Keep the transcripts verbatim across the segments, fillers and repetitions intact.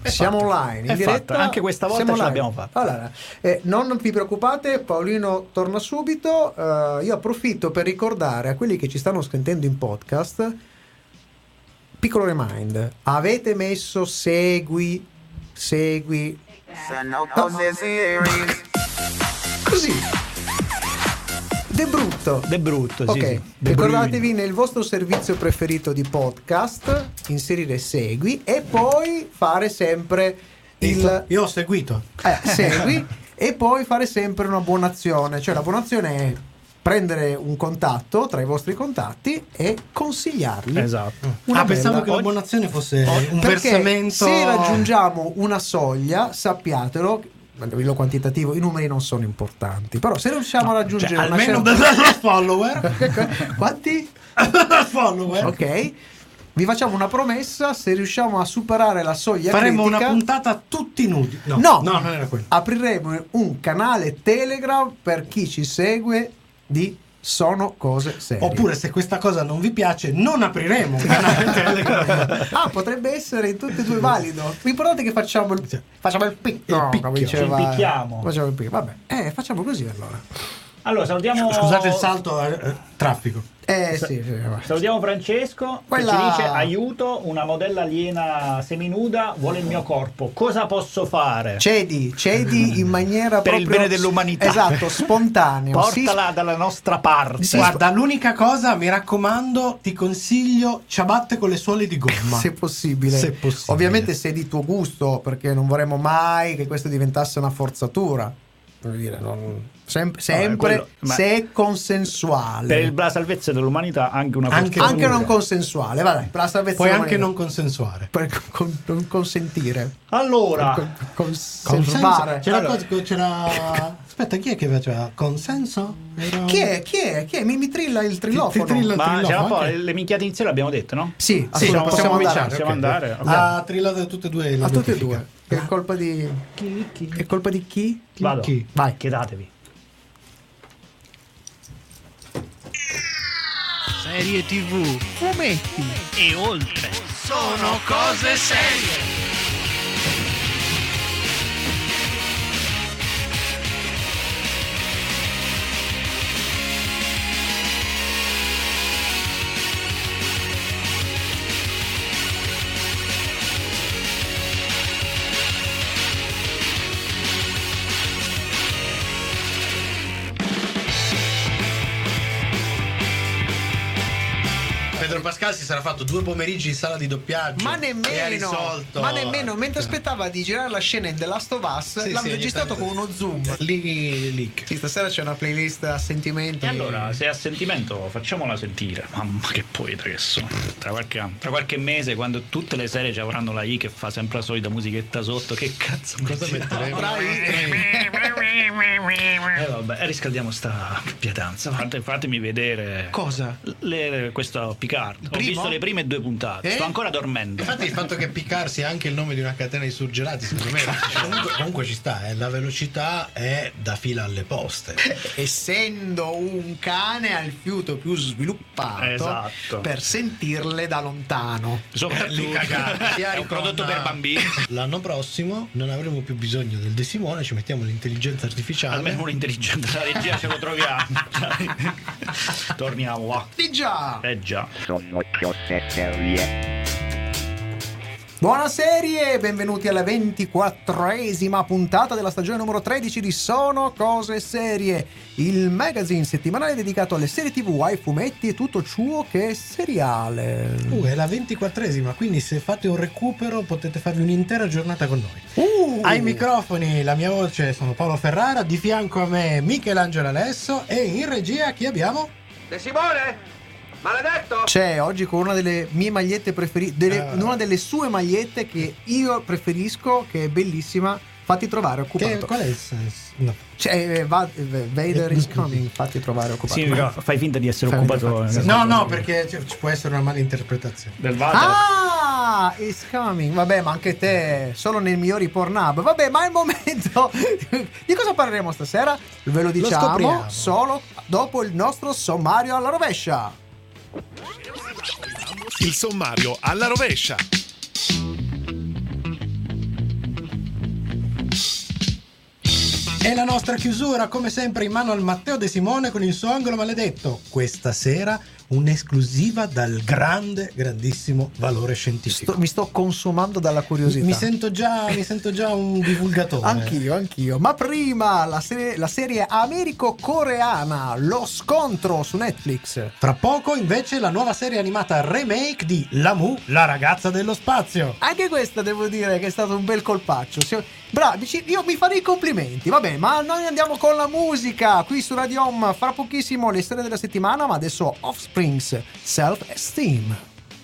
Siamo fatto. online, in È diretta. fatto. Anche questa volta Siamo ce online. l'abbiamo fatta. Allora, eh, non vi preoccupate, Paolino torna subito. Eh, io approfitto per ricordare a quelli che ci stanno sentendo in podcast, piccolo remind, avete messo segui, segui, no. Così. De brutto. De brutto, sì, Ok, sì. De ricordatevi Bruyne. nel vostro servizio preferito di podcast inserire segui e poi fare sempre il Io ho seguito. eh, segui e poi fare sempre una buona azione, cioè la buona azione è prendere un contatto tra i vostri contatti e consigliargli. Esatto. Una ah, pensavo bella- che la buona azione fosse un perché versamento. se raggiungiamo una soglia, sappiatelo, a livello quantitativo i numeri non sono importanti, però se riusciamo a raggiungere Cioè, una almeno certa... da follower. quanti? follower. Ok, vi facciamo una promessa: se riusciamo a superare la soglia Faremo critica, una puntata tutti nudi. No, no, no, non era quello. apriremo un canale Telegram per chi ci segue di Sono Cose Serie. Oppure, se questa cosa non vi piace, non apriremo un canale Telegram. Ah, potrebbe essere in tutte e due valido. L'importante è che facciamo il, Sì. facciamo il picchio, Il picchio. come diceva- Ci impicchiamo. Facciamo il picchio. Vabbè, eh, facciamo così allora. Allora, salutiamo. Scusate il salto, eh, eh, traffico. Eh sì, sì, vabbè. Salutiamo Francesco Quella- che ci dice: aiuto, una modella aliena seminuda vuole il mio corpo. Cosa posso fare? Cedi, cedi in maniera Per il proprio bene dell'umanità. Esatto, spontaneo. Portala dalla nostra parte. Sì, Guarda, l'unica cosa, mi raccomando, ti consiglio ciabatte con le suole di gomma. Se possibile. Se possibile. Ovviamente se è di tuo gusto, perché non vorremmo mai che questo diventasse una forzatura. Voglio dire, non- sem- sempre quello- ma- se è consensuale. Per il- la salvezza dell'umanità anche una Anche- forzatura. Anche non consensuale, vabbè, per la salvezza Puoi della anche non umanità. consensuare. Per con- non consentire. Allora, Con- Consenso? conservare. C'era, Allora. cosa- c'era... Aspetta, chi è che faceva? Consenso? Era- Chi è? Chi è? Chi è? Mi, mi trilla il trilofono. Ti- ti trilla- ma trilofono, c'era un po' anche. le minchiate iniziali l'abbiamo detto, no? Sì, Sì, assolutamente, possiamo andare. cominciare. Possiamo ok. andare? Ok. Ha trillato tutte e due le A tutte e notifiche. due. Che è colpa di. È colpa di chi? Vado. Chi? Vai. Chiedatevi. Serie tivù, fumetti e oltre. Sono cose serie. Pedro Pascal si sarà fatto due pomeriggi in sala di doppiaggio. Ma E ha nemmeno, risolto. ma nemmeno, mentre aspettava di girare la scena in The Last of Us, Sì, l'hanno sì, registrato ogni con tanto- uno zoom. Lì, leak. Sì, stasera c'è una playlist a sentimento. E di- allora, se a sentimento, facciamola sentire. Mamma che poeta che sono. Tra qualche, tra qualche mese, quando tutte le serie ci avranno la I che fa sempre la solita musichetta sotto, che cazzo Cosa metteremo? Eh vabbè, e riscaldiamo sta pietanza. Fate- fatemi vedere. Cosa? Le, questo Picard. Ho Primo? visto le prime due puntate. Eh? Sto ancora dormendo. Infatti il fatto che Picard sia anche il nome di una catena di surgelati, secondo me comunque, comunque ci sta, eh. La velocità è da fila alle poste. Essendo un cane al fiuto più sviluppato Esatto. per sentirle da lontano. Soprattutto Lì cagate. è un prodotto per bambini. L'anno prossimo non avremo più bisogno del De Simone, ci mettiamo l'intelligenza artificiale. Almeno un'intelligenza, la regia ce lo troviamo. Dai. Torniamo, va. Di già! Eh già. Sono cose serie. Buona serie, benvenuti alla ventiquattresima puntata della stagione numero tredici di Sono Cose Serie, il magazine settimanale dedicato alle serie tv, ai fumetti e tutto ciò che è seriale. Uh, è la ventiquattresima, quindi se fate un recupero potete farvi un'intera giornata con noi. Uh, Ai microfoni la mia voce sono Paolo Ferrara, di fianco a me Michelangelo Alesso e in regia chi abbiamo? De Simone? Maledetto! C'è oggi con una delle mie magliette preferite, Ah. una delle sue magliette che io preferisco, che è bellissima. Fatti trovare Che, occupato. qual è il senso? No. Cioè, eh, va- eh, Vader is coming, fatti trovare occupato. Sì, però fai finta di essere Fai occupato. finta, eh, No, no, perché ci ci può essere una mala interpretazione. Del Vader. Ah, is coming. Vabbè, ma anche te, solo nei migliori Pornhub. Vabbè, ma è il momento. Di cosa parleremo stasera? Ve lo diciamo scopriamo. solo dopo il nostro sommario alla rovescia. Il sommario alla rovescia. E la nostra chiusura, come sempre, in mano al Matteo De Simone con il suo angolo maledetto. Questa sera un'esclusiva dal grande, grandissimo valore scientifico. Sto, mi sto consumando dalla curiosità. Mi sento già, mi sento già un divulgatore. Anch'io, anch'io. Ma prima la serie, la serie americo-coreana, Lo scontro su Netflix. Fra poco invece la nuova serie animata remake di Lamu, la ragazza dello spazio. Anche questa devo dire che è stato un bel colpaccio. Bravi, io mi farei i complimenti. Vabbè, ma noi andiamo con la musica qui su Radio Home. Fra pochissimo le serie della settimana, ma adesso Offsprings, Self Esteem.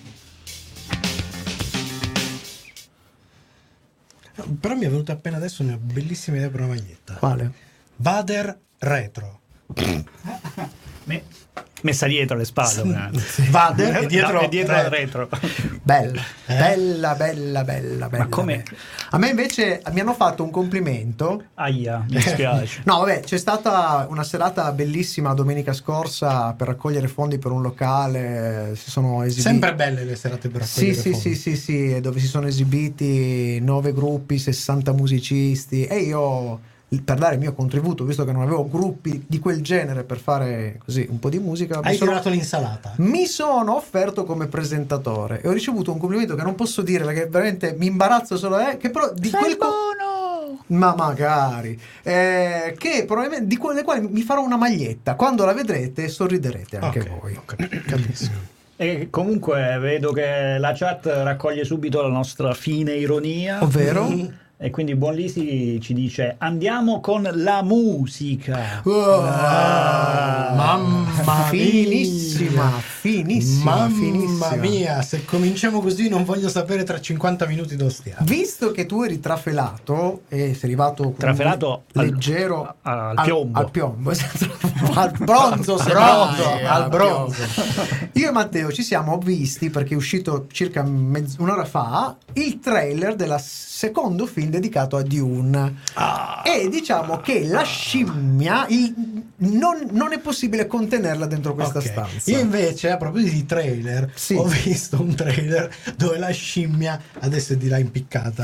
Però mi è venuta appena adesso una bellissima idea per una maglietta. Quale? Vader Retro. Me- messa dietro le spalle. Vader e dietro, e dietro al retro. Bella, Eh? bella, bella, bella, bella. Ma come? bella. A me invece mi hanno fatto un complimento. Aia, mi dispiace. No, vabbè, c'è stata una serata bellissima domenica scorsa per raccogliere fondi per un locale. Si sono esibiti. Sempre belle le serate per Sì, raccogliere sì, fondi. sì, sì, sì, dove si sono esibiti nove gruppi, sessanta musicisti e io, per dare il mio contributo, visto che non avevo gruppi di quel genere per fare così un po' di musica, mi Hai sono, tirato l'insalata. mi sono offerto come presentatore e ho ricevuto un complimento che non posso dire perché veramente mi imbarazzo solo, eh, che però di quel co- ma magari eh, che probabilmente di quelle quali mi farò una maglietta, quando la vedrete sorriderete anche Ok, voi. ok, capisco. E comunque vedo che la chat raccoglie subito la nostra fine ironia. Ovvero? E quindi Buon Lisi ci dice: andiamo con la musica. Oh, Ah, mamma finissima, mia. finissima, Mamma finissima. mia, se cominciamo così non voglio sapere tra cinquanta minuti dove stiamo. Visto che tu eri trafelato e sei arrivato con Trafelato un al- leggero al piombo. al piombo, esatto, al bronzo, se Bronzo, mai, al bronzo. Io e Matteo ci siamo visti perché è uscito circa mezz- un'ora fa il trailer del secondo film dedicato a Dune. Ah. E diciamo che la scimmia il- non, non è possibile contenerla dentro questa Ok. stanza. Io invece, a proposito di trailer, Sì. ho visto un trailer dove la scimmia adesso è di là impiccata.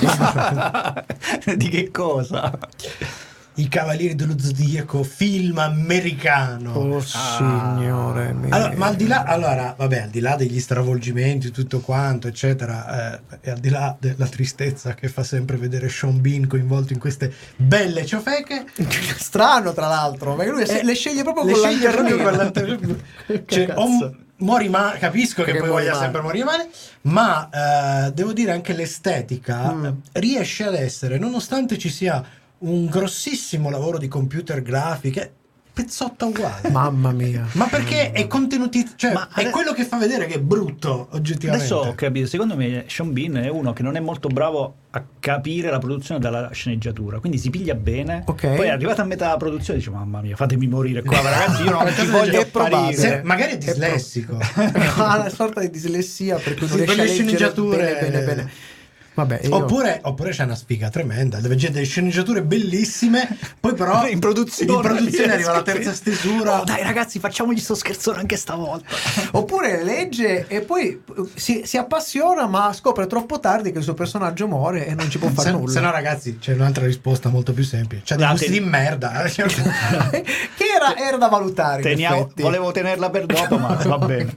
Di che cosa? I Cavalieri dello Zodiaco, film americano. Oh signore mio. Allora, ma al di là, allora, vabbè, al di là degli stravolgimenti, tutto quanto, eccetera, eh, e al di là della tristezza che fa sempre vedere Sean Bean coinvolto in queste belle ciofeche, Strano tra l'altro, perché lui Eh, le sceglie proprio le con sceglie proprio con lanternino. lanternino. Che Cioè, cazzo. o muori male, capisco che Perché poi muori voglia male. sempre morire male, ma eh, devo dire anche l'estetica Mm. eh, riesce ad essere, nonostante ci sia un grossissimo lavoro di computer grafiche, pezzotta uguale. Mamma mia. Ma perché è contenuti, cioè Ma è ade- quello che fa vedere che è brutto oggettivamente. Adesso ho capito, secondo me Sean Bean è uno che non è molto bravo a capire la produzione dalla sceneggiatura, quindi si piglia bene, Ok. poi arrivato a metà della produzione dice: mamma mia, fatemi morire qua, ragazzi, io non ci voglio È probabile. apparire. Se- magari è dislessico. Ha una sorta di dislessia per cui non Sì, riesce per a le leggere sceneggiature- bene bene bene. Vabbè, io... Oppure, oppure c'è una sfiga tremenda dove c'è delle sceneggiature bellissime, poi però In produzione, in produzione arriva la riesco terza qui. stesura. Oh, dai ragazzi, facciamogli sto scherzone anche stavolta. Oppure legge e poi si, si appassiona ma scopre troppo tardi che il suo personaggio muore e non ci può fare Se, nulla. se no, ragazzi, c'è un'altra risposta molto più semplice. C'ha dei La gusti ten- di merda. che era, era da valutare. in Teniamo, effetti. volevo tenerla per dopo, ma va bene.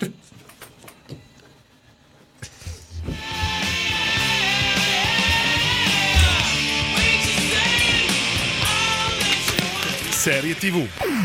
Serie tivù.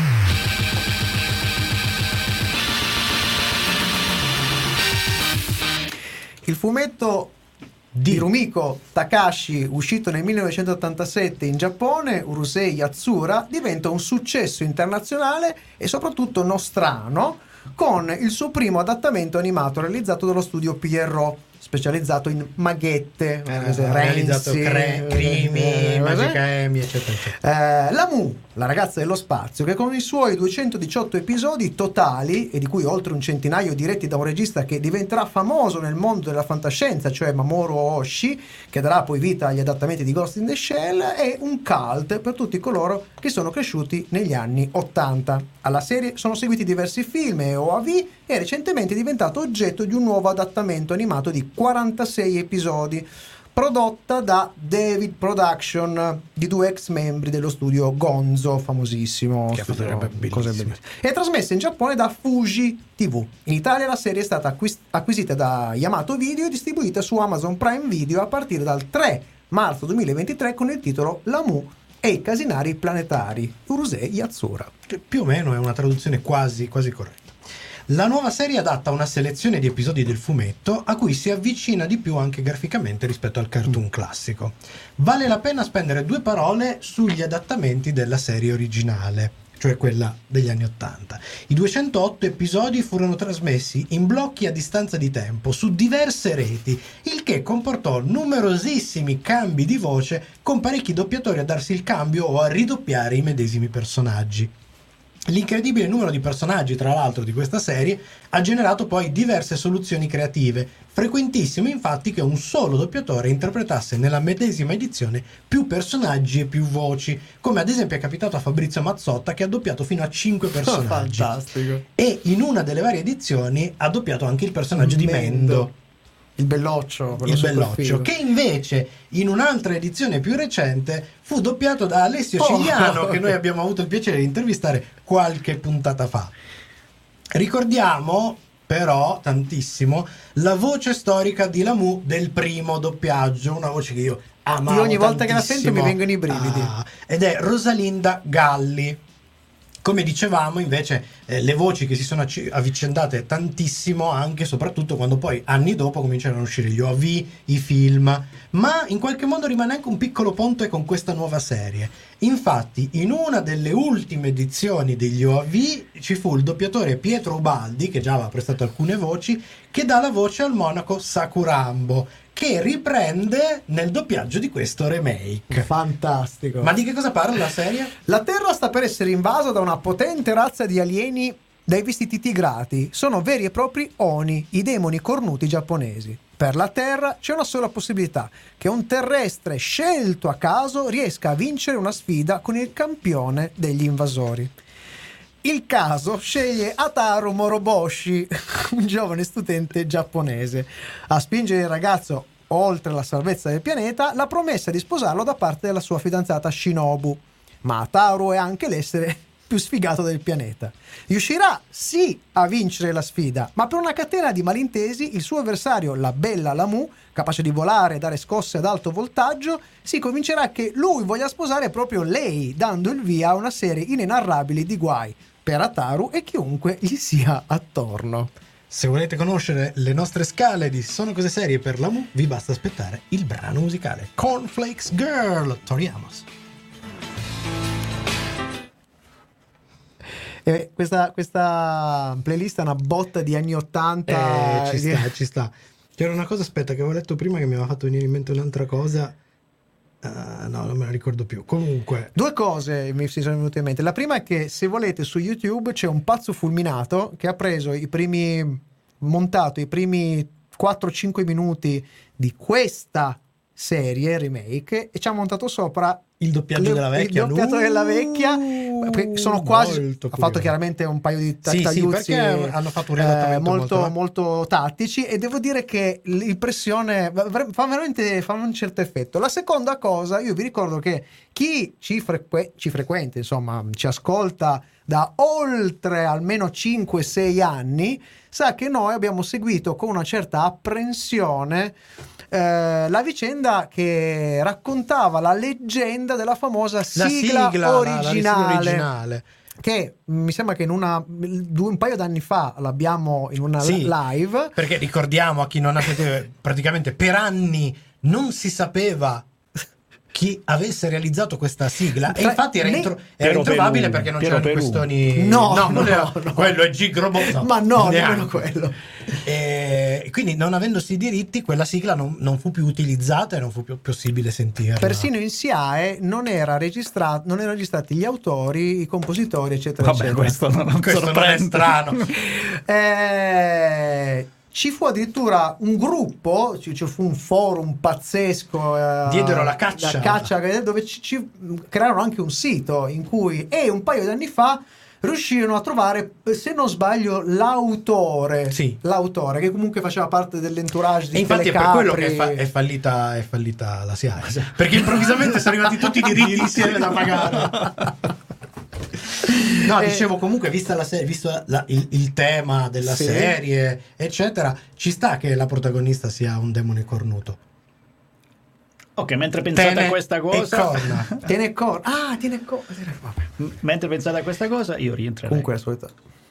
Il fumetto di Rumiko Takashi, uscito nel millenovecentottantasette in Giappone, Urusei Yatsura, diventa un successo internazionale e soprattutto nostrano, con il suo primo adattamento animato realizzato dallo studio Pierrot, specializzato in maghette, Eh, Renzi, ha realizzato cre- Crimi, eh, Magica Amy, eccetera, eccetera. Eh, Lamu, la ragazza dello spazio, che con i suoi duecentodiciotto episodi totali, e di cui oltre un centinaio diretti da un regista che diventerà famoso nel mondo della fantascienza, cioè Mamoru Oshii, che darà poi vita agli adattamenti di Ghost in the Shell, è un cult per tutti coloro che sono cresciuti negli anni ottanta. Alla serie sono seguiti diversi film e O A V e recentemente è diventato oggetto di un nuovo adattamento animato di quarantasei episodi. prodotta da David Production, di due ex membri dello studio Gonzo, famosissimo, che ha fatto studio, robe cose bellissime. bellissime. È trasmessa in Giappone da Fuji tivù. In Italia la serie è stata acquis- acquisita da Yamato Video e distribuita su Amazon Prime Video a partire dal tre marzo duemilaventitré con il titolo Lamu e i casinari planetari, Urusei Yatsura. Che più o meno è una traduzione quasi, quasi corretta. La nuova serie adatta una selezione di episodi del fumetto a cui si avvicina di più anche graficamente rispetto al cartoon classico. Vale la pena spendere due parole sugli adattamenti della serie originale, cioè quella degli anni ottanta. I duecentootto episodi furono trasmessi in blocchi a distanza di tempo su diverse reti, il che comportò numerosissimi cambi di voce con parecchi doppiatori a darsi il cambio o a ridoppiare i medesimi personaggi. L'incredibile numero di personaggi, tra l'altro, di questa serie ha generato poi diverse soluzioni creative. Frequentissimo infatti che un solo doppiatore interpretasse nella medesima edizione più personaggi e più voci, come ad esempio è capitato a Fabrizio Mazzotta, che ha doppiato fino a cinque personaggi. Fantastico. E in una delle varie edizioni ha doppiato anche il personaggio di Mendo, il belloccio, quello il super belloccio, figo. che invece in un'altra edizione più recente fu doppiato da Alessio Oh. Cigliano, che noi abbiamo avuto il piacere di intervistare qualche puntata fa. Ricordiamo però tantissimo la voce storica di Lamu del primo doppiaggio, una voce che io amavo Io ogni volta che la tantissimo. sento mi vengono i brividi. Ah, ed è Rosalinda Galli. Come dicevamo invece, eh, le voci che si sono acc- avvicendate tantissimo, anche e soprattutto quando poi anni dopo cominciarono a uscire gli O A V, i film, ma in qualche modo rimane anche un piccolo ponte con questa nuova serie. Infatti in una delle ultime edizioni degli O A V ci fu il doppiatore Pietro Ubaldi, che già aveva prestato alcune voci, che dà la voce al monaco Sakurambo, che riprende nel doppiaggio di questo remake. Fantastico. Ma di che cosa parla la serie? La Terra sta per essere invasa da una potente razza di alieni dai vestiti tigrati. Sono veri e propri Oni, i demoni cornuti giapponesi. Per la Terra c'è una sola possibilità: che un terrestre scelto a caso riesca a vincere una sfida con il campione degli invasori. Il caso sceglie Ataru Moroboshi, un giovane studente giapponese. A spingere il ragazzo oltre la salvezza del pianeta la promessa di sposarlo da parte della sua fidanzata Shinobu. Ma Ataru è anche l'essere più sfigato del pianeta. Riuscirà sì a vincere la sfida, ma per una catena di malintesi il suo avversario, la bella Lamu, capace di volare e dare scosse ad alto voltaggio, si convincerà che lui voglia sposare proprio lei, dando il via a una serie inenarrabile di guai per Ataru e chiunque gli sia attorno. Se volete conoscere le nostre scale di Sono Cose Serie per la Mu, vi basta aspettare il brano musicale Cornflakes Girl, Tori Amos. Eh, questa, questa playlist è una botta di anni ottanta. Eh, ci sta, ci sta. C'era una cosa, aspetta, che avevo letto prima che mi aveva fatto venire in mente un'altra cosa. Uh, no, non me la ricordo più. Comunque, due cose mi si sono venute in mente. La prima è che se volete su YouTube c'è un pazzo fulminato che ha preso i primi, montato i primi quattro cinque minuti di questa serie remake e ci ha montato sopra il doppiaggio le, della vecchia. il doppiaggio della vecchia. Sono quasi, ha fatto chiaramente un paio di sì, tagliuzzi, sì, perché hanno fatto un riadattamento eh, molto, molto, molto tattici, e devo dire che l'impressione fa veramente fa un certo effetto. La seconda cosa, io vi ricordo che chi ci, frequ- ci frequenta, insomma, ci ascolta da oltre almeno cinque sei anni, sa che noi abbiamo seguito con una certa apprensione eh, la vicenda che raccontava la leggenda della famosa sigla, sigla originale, la, la originale, che mi sembra che in una due, un paio d'anni fa l'abbiamo in una sì, live, perché ricordiamo a chi non ha sentito, praticamente per anni non si sapeva chi avesse realizzato questa sigla, e infatti era, intro- era introvabile perché non Piero c'erano Perù. questioni. No, no, non no, era no. quello è Gigrobo, no, ma no, neanche. nemmeno quello. E quindi, non avendosi i diritti, quella sigla non, non fu più utilizzata e non fu più possibile sentirla. Persino in S I A E non era registrato, non erano registrati gli autori, i compositori, eccetera, Vabbè, eccetera. questo non, non Questo non è strano. eh, ci fu addirittura un gruppo, ci, ci fu un forum pazzesco, eh, diedero la caccia, la caccia dove ci, ci crearono anche un sito in cui, e un paio di anni fa riuscirono a trovare, se non sbaglio, l'autore, Sì. l'autore che comunque faceva parte dell'entourage di E infatti è per Telecapri. quello che è, fa- è fallita, è fallita la S I A E, perché improvvisamente sono arrivati tutti i diritti insieme da pagare. No, Eh, dicevo, comunque, vista la serie, visto la- il, il tema della Sì. serie, eccetera, ci sta che la protagonista sia un demone cornuto. Ok, mentre pensate Tene a questa e cosa, corna. Tiene cor- ah, tiene cor- vabbè. m- mentre pensate a questa cosa, io rientrerei. Comunque la solita.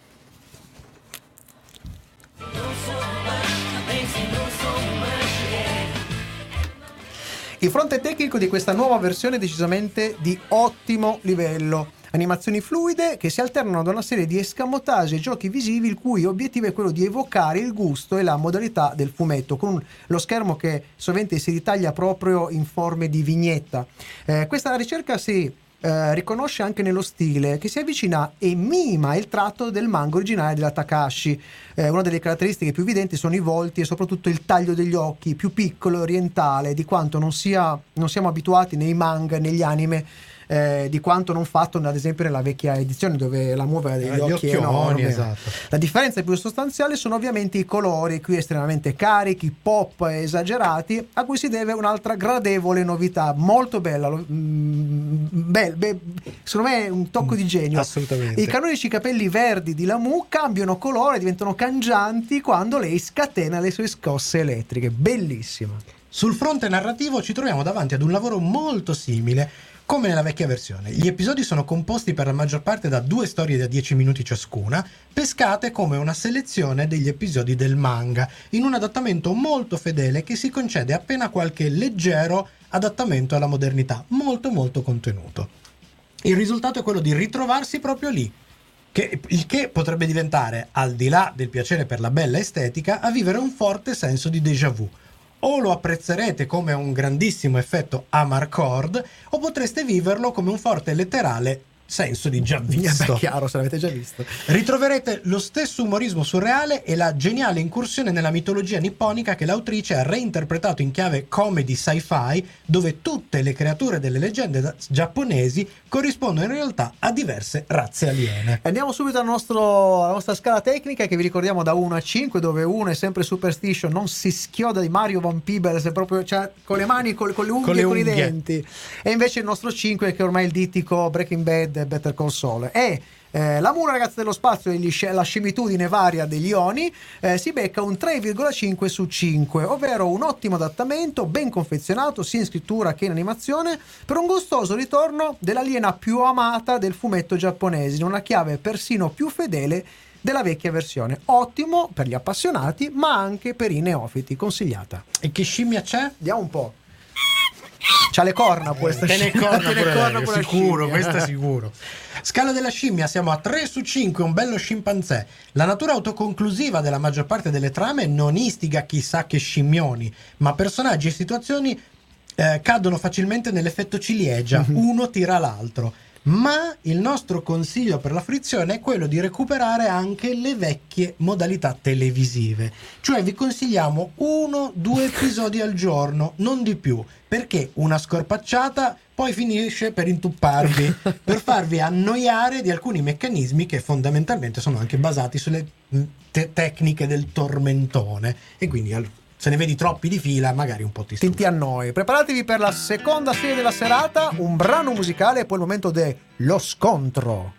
Il fronte tecnico di questa nuova versione è decisamente di ottimo livello. Animazioni fluide che si alternano ad una serie di escamotage e giochi visivi il cui obiettivo è quello di evocare il gusto e la modalità del fumetto, con lo schermo che sovente si ritaglia proprio in forme di vignetta. Eh, questa ricerca si eh, riconosce anche nello stile, che si avvicina e mima il tratto del manga originale della Takahashi. Eh, una delle caratteristiche più evidenti sono i volti e soprattutto il taglio degli occhi, più piccolo e orientale di quanto non sia non siamo abituati nei manga, negli anime, eh, di quanto non fatto ad esempio nella vecchia edizione, dove la muoveva degli Eh, gli occhi occhioni, enormi. esatto. La differenza più sostanziale sono ovviamente i colori, qui estremamente carichi, pop e esagerati, a cui si deve un'altra gradevole novità, molto bella, lo- mm, bel- be- secondo me è un tocco di genio. Assolutamente. I canonici capelli verdi di Lamu cambiano colore, diventano cangianti quando lei scatena le sue scosse elettriche. Bellissima. Sul fronte narrativo ci troviamo davanti ad un lavoro molto simile come nella vecchia versione. Gli episodi sono composti per la maggior parte da due storie da dieci minuti ciascuna, pescate come una selezione degli episodi del manga, in un adattamento molto fedele che si concede appena qualche leggero adattamento alla modernità, molto molto contenuto. Il risultato è quello di ritrovarsi proprio lì, che, il che potrebbe diventare, al di là del piacere per la bella estetica, a vivere un forte senso di déjà vu. O lo apprezzerete come un grandissimo effetto Amarcord, o potreste viverlo come un forte letterale senso di già visto. Beh, chiaro, se l'avete già visto. Ritroverete lo stesso umorismo surreale e la geniale incursione nella mitologia nipponica che l'autrice ha reinterpretato in chiave comedy sci-fi, dove tutte le creature delle leggende da- giapponesi corrispondono in realtà a diverse razze aliene. Andiamo subito al nostro, alla nostra scala tecnica, che vi ricordiamo da uno a cinque, dove uno è sempre superstition, non si schioda di Mario Van Peebles, è proprio, cioè, con le mani, con, con le unghie Con e le con i unghie. denti. E invece il nostro cinque, che è ormai il dittico Breaking Bad e Better Call Saul, è eh, l'amore ragazzi dello spazio e gli sce- la scemitudine varia degli Oni, eh, si becca un tre virgola cinque su cinque, ovvero un ottimo adattamento, ben confezionato sia in scrittura che in animazione, per un gustoso ritorno dell'aliena più amata del fumetto giapponese, in una chiave persino più fedele della vecchia versione. Ottimo per gli appassionati, ma anche per i neofiti, consigliata. E che scimmia c'è? Vediamo un po'. C'ha le corna questa Te ne scimmia. corna Te ne pure corna lei, pure la sicuro, scimmia. questo è sicuro. Scala della scimmia, siamo a tre su cinque, un bello scimpanzé. La natura autoconclusiva della maggior parte delle trame non istiga chissà che scimmioni, ma personaggi e situazioni eh, cadono facilmente nell'effetto ciliegia, uno tira l'altro. Ma il nostro consiglio per la frizione è quello di recuperare anche le vecchie modalità televisive. Cioè vi consigliamo uno, due episodi al giorno, non di più, perché una scorpacciata poi finisce per intupparvi, per farvi annoiare di alcuni meccanismi che fondamentalmente sono anche basati sulle mh, te- tecniche del tormentone. E quindi al- se ne vedi troppi di fila magari un po' ti stufi. Tinti a noi. Preparatevi per la seconda serie della serata, un brano musicale e poi il momento dello scontro.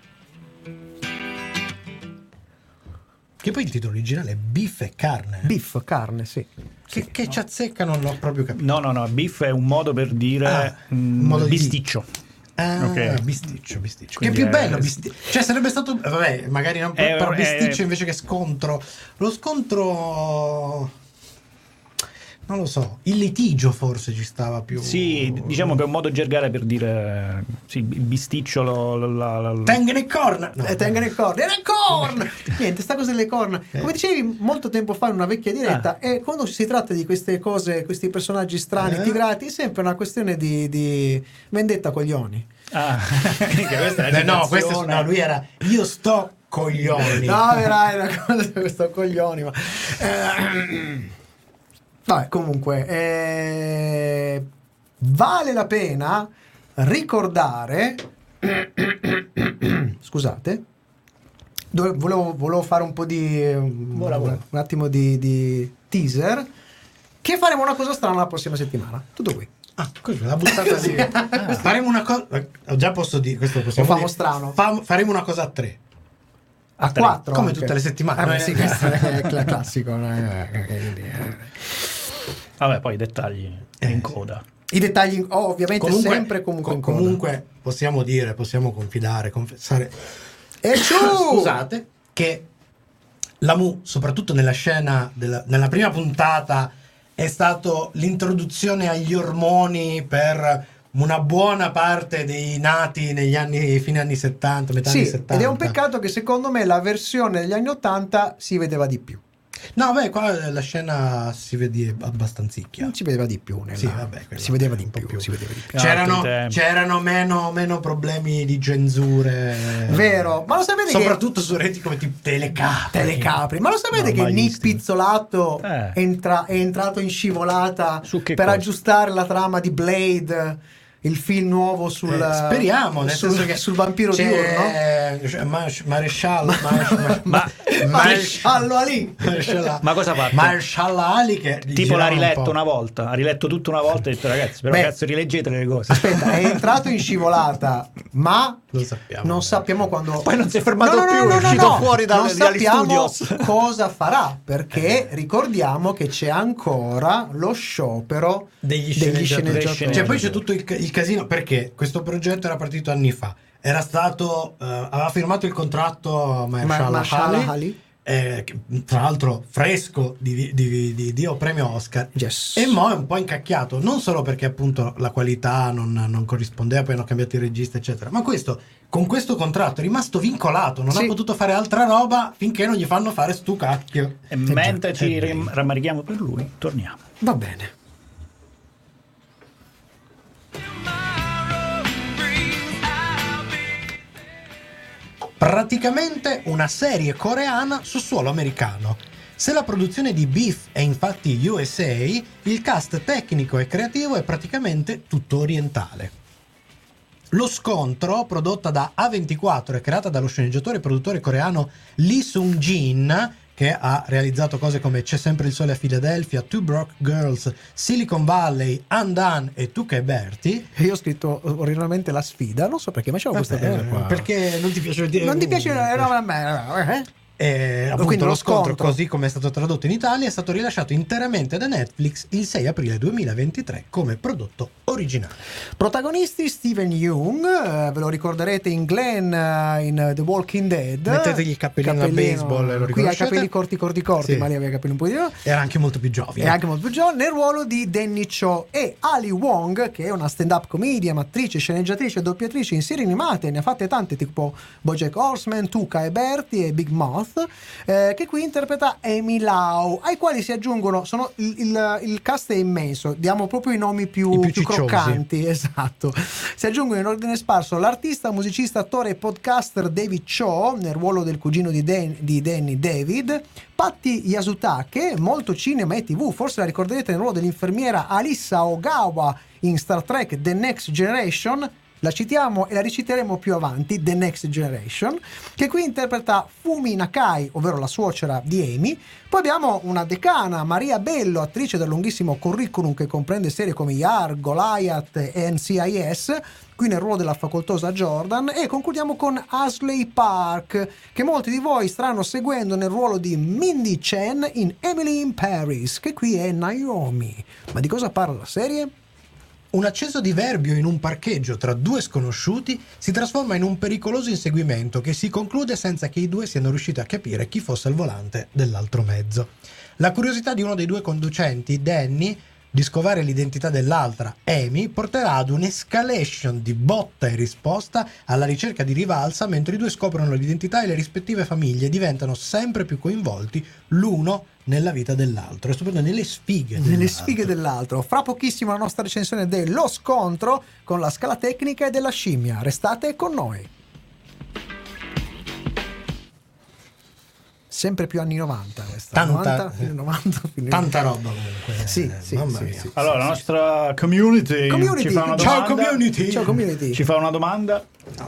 Che poi il titolo originale è Beef e carne. Beef, carne, sì. Che, che ci azzecca non l'ho proprio capito. No, no, no, beef è un modo per dire Ah, mm, un modo di- bisticcio. Ah, Ok. bisticcio, bisticcio. Quindi che è più è- bello, bisticcio. Cioè, sarebbe stato. Vabbè, magari non È- però è- bisticcio invece che scontro. Lo scontro. Non lo so. Il litigio forse ci stava più. Sì, diciamo che è un modo gergale per dire sì, il bisticcio lo, lo- la- la- Tengono e corna. No, E tengono il corno. Era il corno! Niente, sta cosa delle corna. Come dicevi molto tempo fa in una vecchia diretta, e quando si tratta di queste cose, questi personaggi strani, Eh? tigrati, è sempre una questione di, di vendetta coglioni. Ah, che questa è la Beh, no, questo citazione. no, lui era. Io sto coglioni. No, era una cosa questo coglioni, ma eh, vabbè, comunque eh, vale la pena ricordare scusate dove volevo, volevo fare un po' di un, Vola, vola. un attimo di, di teaser, che faremo una cosa strana la prossima settimana. Tutto qui. Ah, così, la buttata lì. Ah, faremo una cosa. Già posso dire, questo lo possiamo Lo famo dire. strano. Fa- faremo una cosa a tre. A quattro. Come anche. tutte le settimane. Eh, beh, sì, questo è cl- classico. Vabbè, poi i dettagli Eh, in coda. I dettagli, oh, ovviamente, Comunque, sempre comunque co- in coda. comunque possiamo dire, possiamo confidare, confessare. E ciù! Scusate, che la Mu, soprattutto nella scena, della, nella prima puntata, è stato l'introduzione agli ormoni per una buona parte dei nati negli anni, fine anni settanta, metà anni Sì, settanta. ed è un peccato che secondo me la versione degli anni ottanta si vedeva di più. No, beh, qua la scena si vede abbastanzicchia. Non si vedeva di più. Nella... Sì, vabbè, quella si vedeva è di un po' più, più. si vedeva di più. C'erano, Altri tempi. c'erano meno, meno problemi di censure. Vero, ma lo sapete che Soprattutto su reti come tipo Telecapri. Telecapri, ma lo sapete che Nick Normalissimi. Pizzolato Eh. entra- è entrato in scivolata Su che per cosa? aggiustare la trama di Blade, il film nuovo sul Eh, speriamo, nel sul, senso che sul vampiro diurno? c'è cioè, Mas- maresciallo Mas- Ma- Maresciallo Ali. Maresciallo- Ma cosa ha fatto? Maresciallo Ali che Tipo l'ha girava un riletto po'. una volta, ha riletto tutto una volta e ha detto ragazzi, però Beh. cazzo rileggete le cose. Aspetta, è entrato in scivolata, ma Lo sappiamo. non sappiamo quando. Poi non si è fermato No, no, più, no, no, è no, uscito no. fuori dalle- non dagli sappiamo studios. cosa farà, perché ricordiamo che c'è ancora lo sciopero degli degli sceneggiatori. sceneggiatori. Cioè, poi c'è tutto il, ca- il casino perché questo progetto era partito anni fa. Era stato eh, aveva firmato il contratto Mahershala Mahershala Ali, Ali. eh, che, tra l'altro fresco di, di, di Dio premio Oscar. Yes. E mo' è un po' incacchiato, non solo perché appunto la qualità non, non corrispondeva, poi hanno cambiato il regista, eccetera, ma questo con questo contratto è rimasto vincolato, non Sì. ha potuto fare altra roba finché non gli fanno fare stu cacchio. E mentre già, ci eh, rim- rammarichiamo per lui, torniamo. Va bene. Praticamente una serie coreana su suolo americano. Se la produzione di Beef è infatti U S A, il cast tecnico e creativo è praticamente tutto orientale. Lo Scontro, prodotta da A ventiquattro e creata dallo sceneggiatore e produttore coreano Lee Sung-jin, che ha realizzato cose come C'è sempre il sole a Philadelphia, Two Broke Girls, Silicon Valley, Undone e Tu che Berti. Io ho scritto originalmente La Sfida, non so perché, ma c'era questa cosa qua. Perché non ti piace dire non ti piace? No, vabbè, eh? Eh, appunto Quindi lo lo scontro, scontro. così come è stato tradotto in Italia, è stato rilasciato interamente da Netflix il sei aprile duemilaventitré come prodotto originale. Protagonisti Steven Yeun, eh, ve lo ricorderete in Glenn eh, in The Walking Dead. Mettetegli il cappellino da baseball, lo qui ha i riconoscete? capelli corti corti corti, Sì. ma lì aveva i capelli un po' di Era anche molto più giovane. e anche molto più giovane, nel ruolo di Danny Cho, e Ali Wong, che è una stand-up comedian, attrice, sceneggiatrice e doppiatrice in serie animate, ne ha fatte tante tipo BoJack Horseman, Tuca e Bertie e Big Mouth, eh, che qui interpreta Amy Lau, ai quali si aggiungono, sono il, il, il cast è immenso, diamo proprio i nomi più, I più più cicciosi. croccanti, esatto. Si aggiungono in ordine sparso l'artista, musicista, attore e podcaster David Cho nel ruolo del cugino di, Dan- di Danny David, Patti Yasutake, molto cinema e tv, forse la ricorderete nel ruolo dell'infermiera Alissa Ogawa in Star Trek The Next Generation. La citiamo e la reciteremo più avanti, The Next Generation, che qui interpreta Fumi Nakai, ovvero la suocera di Amy. Poi abbiamo una decana, Maria Bello, attrice dal lunghissimo curriculum che comprende serie come Yar, Goliath e N C I S, qui nel ruolo della facoltosa Jordan. E concludiamo con Ashley Park, che molti di voi stanno seguendo nel ruolo di Mindy Chen in Emily in Paris, che qui è Naomi. Ma di cosa parla la serie? Un acceso diverbio in un parcheggio tra due sconosciuti si trasforma in un pericoloso inseguimento che si conclude senza che i due siano riusciti a capire chi fosse al volante dell'altro mezzo. La curiosità di uno dei due conducenti, Danny, di scovare l'identità dell'altra, Amy, porterà ad un'escalation di botta e risposta alla ricerca di rivalsa, mentre i due scoprono l'identità e le rispettive famiglie diventano sempre più coinvolti l'uno nella vita dell'altro e soprattutto nelle sfighe Nelle dell'altro. sfighe dell'altro. Fra pochissimo la nostra recensione dello Scontro con la scala tecnica e della scimmia. Restate con noi. Sempre più anni novanta questa. Tanta- novanta, fine novanta, fine Tanta roba comunque. Sì, eh, sì, mamma sì, mia. sì. Allora, la nostra community, Community, ci fa una ciao domanda. community. Ciao community. Ci fa una domanda.